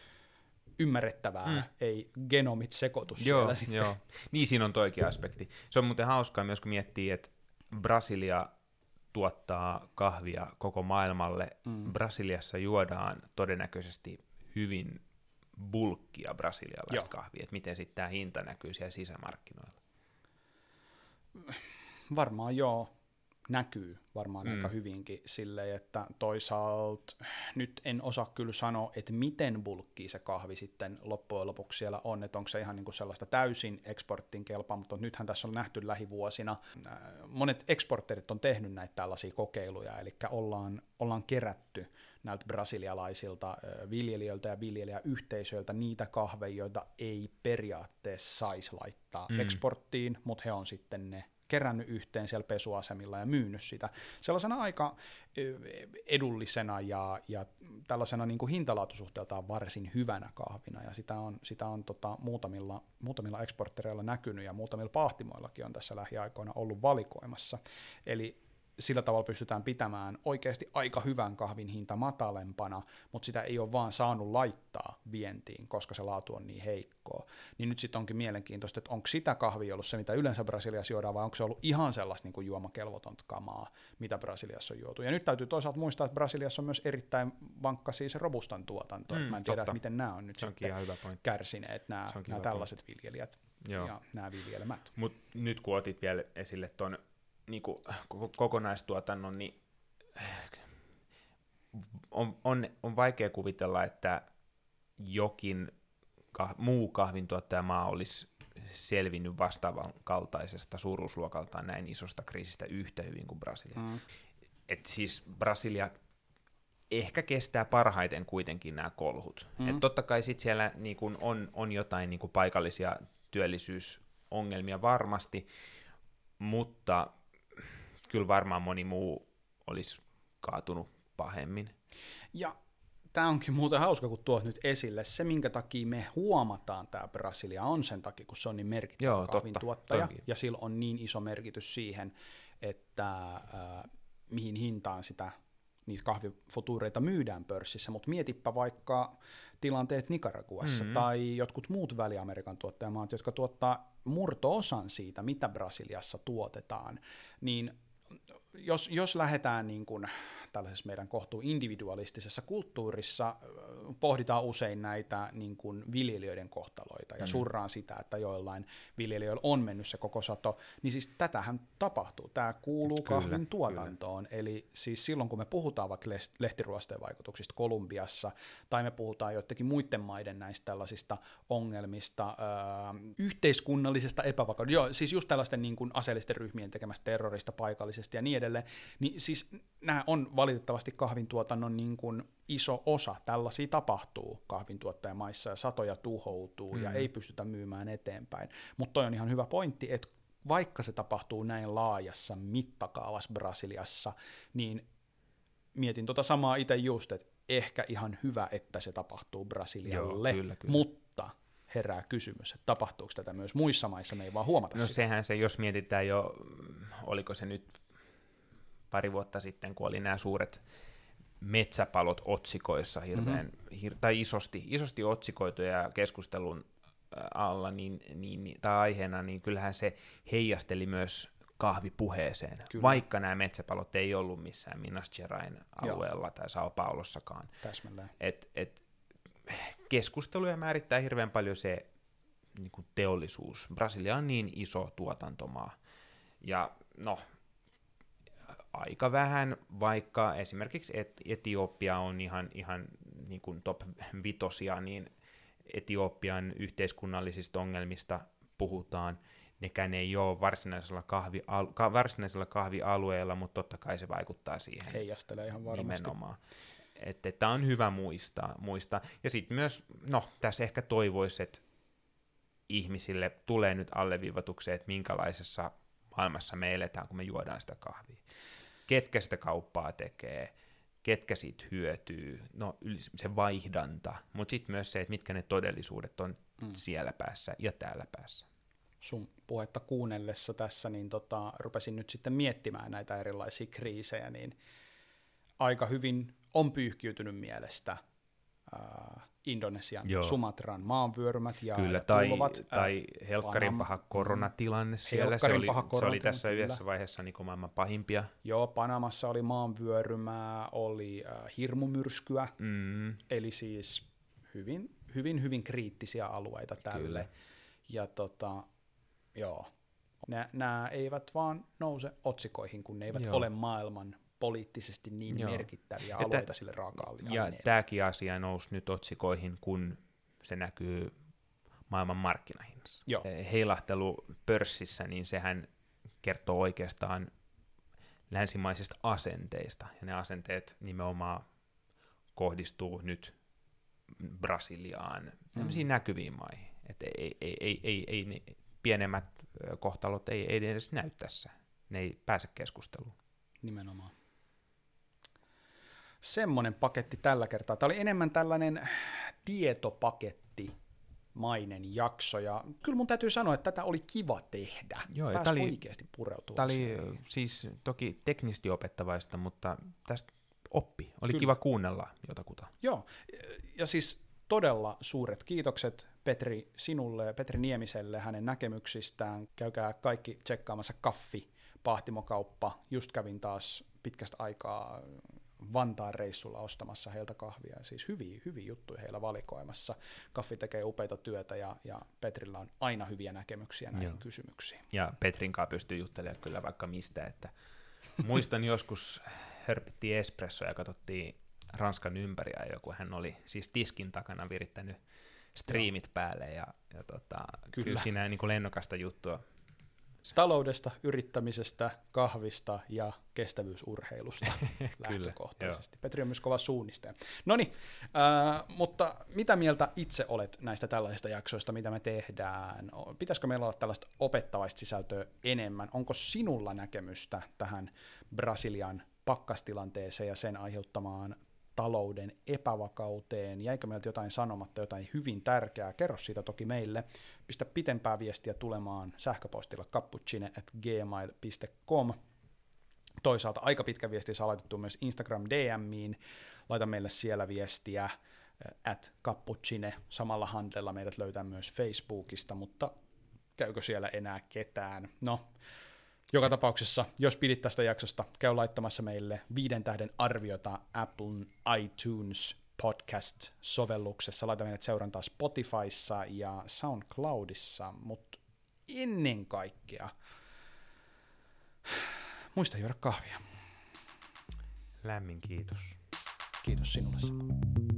ymmärrettävää, mm. ei genomit sekoitu Joo, siellä sitten. Joo. Niin siinä on toikin aspekti. Se on muuten hauskaa myös, kun miettii, että Brasilia tuottaa kahvia koko maailmalle. Mm. Brasiliassa juodaan todennäköisesti hyvin bulkkia brasilialaista Joo. kahvia. Et miten sitten tämä hinta näkyy siellä sisämarkkinoilla? Varmaan joo. Näkyy varmaan mm. aika hyvinkin silleen, että toisaalta nyt en osaa kyllä sanoa, että miten bulkki se kahvi sitten loppujen lopuksi siellä on, että onko se ihan niin kuin sellaista täysin eksporttiin kelpaa, mutta nythän tässä on nähty lähivuosina. Monet eksporterit on tehnyt näitä tällaisia kokeiluja, eli ollaan, ollaan kerätty näiltä brasilialaisilta viljelijöiltä ja viljelijäyhteisöiltä niitä kahveja, joita ei periaatteessa saisi laittaa mm. eksporttiin, mutta he on sitten ne kerännyt yhteen siellä pesuasemilla ja myynyt sitä sellaisena aika edullisena ja, ja tällaisena niin kuin hintalaatusuhteeltaan varsin hyvänä kahvina, ja sitä on, sitä on tota, muutamilla, muutamilla eksporttereilla näkynyt, ja muutamilla pahtimoillakin on tässä lähiaikoina ollut valikoimassa. Eli sillä tavalla pystytään pitämään oikeasti aika hyvän kahvin hinta matalempana, mutta sitä ei ole vaan saanut laittaa vientiin, koska se laatu on niin heikkoa. Niin nyt sitten onkin mielenkiintoista, että onko sitä kahvia ollut se, mitä yleensä Brasiliassa juodaan, vai onko se ollut ihan sellaista niin kuin juomakelvotonta kamaa, mitä Brasiliassa on juotu. Ja nyt täytyy toisaalta muistaa, että Brasiliassa on myös erittäin vankka siis robustan tuotanto. Mm, mä en tiedä, miten nämä on nyt se sitten kärsineet, nämä, nämä tällaiset point. viljelijät Joo. ja nämä viljelmät. Mutta nyt kun otit vielä esille tuon niin kuin kokonaistuotannon, niin on, on, on vaikea kuvitella, että jokin kah, muu kahvintuottajamaa olisi selvinnyt vastaavan kaltaisesta suuruusluokaltaan näin isosta kriisistä yhtä hyvin kuin Brasilia. Mm. Et siis Brasilia ehkä kestää parhaiten kuitenkin nämä kolhut. Mm. Et totta kai sit siellä niin kun on, on jotain niin kun paikallisia työllisyysongelmia varmasti, mutta kyllä varmaan moni muu olisi kaatunut pahemmin. Ja tämä onkin muuten hauska, kun tuot nyt esille. Se, minkä takia me huomataan tämä Brasilia, on sen takia, kun se on niin merkittävä Joo, kahvintuottaja, totta, ja sillä on niin iso merkitys siihen, että äh, mihin hintaan sitä niitä kahvifutuureita myydään pörssissä, mutta mietipä vaikka tilanteet Nicaraguassa mm-hmm. tai jotkut muut Väli-Amerikan tuottajamaat, jotka tuottaa murto-osan siitä, mitä Brasiliassa tuotetaan, niin jos, jos lähdetään niin kuin tällaisessa meidän kohtuu individualistisessa kulttuurissa, pohditaan usein näitä niin kuin viljelijöiden kohtaloita ja mm. surraan sitä, että joillain viljelijöillä on mennyt se koko sato, niin siis tätähän tapahtuu. Tämä kuuluu kyllä, kahvin tuotantoon. Kyllä. Eli siis silloin, kun me puhutaan vaikka lehtiruosteen vaikutuksista Kolumbiassa, tai me puhutaan joidenkin muiden maiden näistä tällaisista ongelmista, ää, yhteiskunnallisesta epävakaudesta, joo, siis just tällaisten niin kuin aseellisten ryhmien tekemästä terrorista paikallisesti ja niin edelleen, niin siis nämä on valitettavasti kahvintuotannon niin kuin iso osa. Tällaisia tapahtuu kahvintuottajamaissa ja satoja tuhoutuu mm. ja ei pystytä myymään eteenpäin. Mutta toi on ihan hyvä pointti, että vaikka se tapahtuu näin laajassa mittakaavassa Brasiliassa, niin mietin tota samaa itse just, että ehkä ihan hyvä, että se tapahtuu Brasilialle, Joo, kyllä, kyllä. mutta herää kysymys, että tapahtuuko tätä myös muissa maissa, me ei vaan huomata No sitä. sehän se, jos mietitään jo, oliko se nyt pari vuotta sitten, kun oli nämä suuret metsäpalot otsikoissa hirveän, mm-hmm. hir- tai isosti, isosti otsikoituja keskustelun alla niin, niin, tai aiheena, niin kyllähän se heijasteli myös kahvipuheeseen, Kyllä. vaikka nämä metsäpalot ei ollut missään Minas Gerain alueella Joo. tai São Paulossakaan. Täsmälleen. Et, et, keskusteluja määrittää hirveän paljon se niin kuin teollisuus. Brasilia on niin iso tuotantomaa, ja no, aika vähän, vaikka esimerkiksi Etiopia on ihan, ihan niin kuin top vitosia, niin Etiopian yhteiskunnallisista ongelmista puhutaan. Nekään ei ole varsinaisella, kahvi, varsinaisella kahvialueella, mutta totta kai se vaikuttaa siihen. Heijastelee ihan varmasti. Nimenomaan. Että tämä on hyvä muistaa. muistaa. Ja sitten myös, no tässä ehkä toivoisi, että ihmisille tulee nyt alleviivatukseen, että minkälaisessa maailmassa me eletään, kun me juodaan sitä kahvia. Ketkä sitä kauppaa tekee, ketkä siitä hyötyy, no se vaihdanta, mutta sitten myös se, että mitkä ne todellisuudet on mm. siellä päässä ja täällä päässä. Sun puhetta kuunnellessa tässä, niin tota, rupesin nyt sitten miettimään näitä erilaisia kriisejä, niin aika hyvin on pyyhkiytynyt mielestä äh, Indonesian, Joo. Sumatran maanvyörymät ja, Kyllä, ja tai, tulvat. Tai helkkarin paha koronatilanne siellä, se oli, paha se oli tässä kyllä. yhdessä vaiheessa niin maailman pahimpia. Joo, Panamassa oli maanvyörymää, oli äh, hirmumyrskyä, mm. eli siis hyvin, hyvin, hyvin kriittisiä alueita tälle. Kyllä. Ja tota, joo, nämä eivät vaan nouse otsikoihin, kun ne eivät joo. ole maailman poliittisesti niin Joo. merkittäviä alueita tä, sille raaka-aineelle. Ja tämäkin asia nousi nyt otsikoihin, kun se näkyy maailman markkinahinnassa. Joo. Heilahtelu pörssissä, niin sehän kertoo oikeastaan länsimaisista asenteista, ja ne asenteet nimenomaan kohdistuu nyt Brasiliaan, tämmöisiin mm. näkyviin maihin. Et ei, ei, ei, ei, ei ne pienemmät kohtalot ei, ei edes näy tässä. Ne ei pääse keskusteluun. Nimenomaan. Semmoinen paketti tällä kertaa. Tämä oli enemmän tällainen tietopaketti mainen jakso, ja kyllä mun täytyy sanoa, että tätä oli kiva tehdä. Joo, pääsi oli, oikeasti pureutua. Tämä oli siis toki teknisesti opettavaista, mutta tästä oppi. Oli kyllä. Kiva kuunnella jotakuta. Joo, ja siis todella suuret kiitokset Petri sinulle ja Petri Niemiselle hänen näkemyksistään. Käykää kaikki tsekkaamassa Kaffi, pahtimokauppa. Just kävin taas pitkästä aikaa Vantaan reissulla ostamassa heiltä kahvia. Siis hyviä, hyviä juttuja heillä valikoimassa. Kaffi tekee upeita työtä ja, ja Petrillä on aina hyviä näkemyksiä näihin Joo. kysymyksiin. Ja Petrin kanssa pystyy juttelemaan kyllä vaikka mistä. Että muistan joskus hörpittiin espressoa ja katsottiin Ranskan ympäriä joku. Hän oli siis tiskin takana virittänyt striimit Joo. päälle ja, ja tota, kyllä. kyllä siinä niin kuin lennokasta juttua. Taloudesta, yrittämisestä, kahvista ja kestävyysurheilusta lähtökohtaisesti. Petri on myös kova suunnistaja. Noniin, äh, mutta mitä mieltä itse olet näistä tällaisista jaksoista, mitä me tehdään? Pitäisikö meillä olla tällaista opettavaista sisältöä enemmän? Onko sinulla näkemystä tähän Brasilian pakkastilanteeseen ja sen aiheuttamaan talouden epävakauteen? Jäikö meiltä jotain sanomatta, jotain hyvin tärkeää? Kerro siitä toki meille. Pistä pitempää viestiä tulemaan sähköpostilla cappuccine at gmail dot com. Toisaalta aika pitkä viesti saa laitettua myös Instagram D Miin. Laita meille siellä viestiä at cappuccine. Samalla handlella meidät löytää myös Facebookista, mutta käykö siellä enää ketään? No, joka tapauksessa, jos pidit tästä jaksosta, käy laittamassa meille viiden tähden arviota Applen iTunes podcast-sovelluksessa. Laita meidät seurantaa Spotifyssa ja SoundCloudissa, mutta ennen kaikkea muista juoda kahvia. Lämmin kiitos. Kiitos sinulle.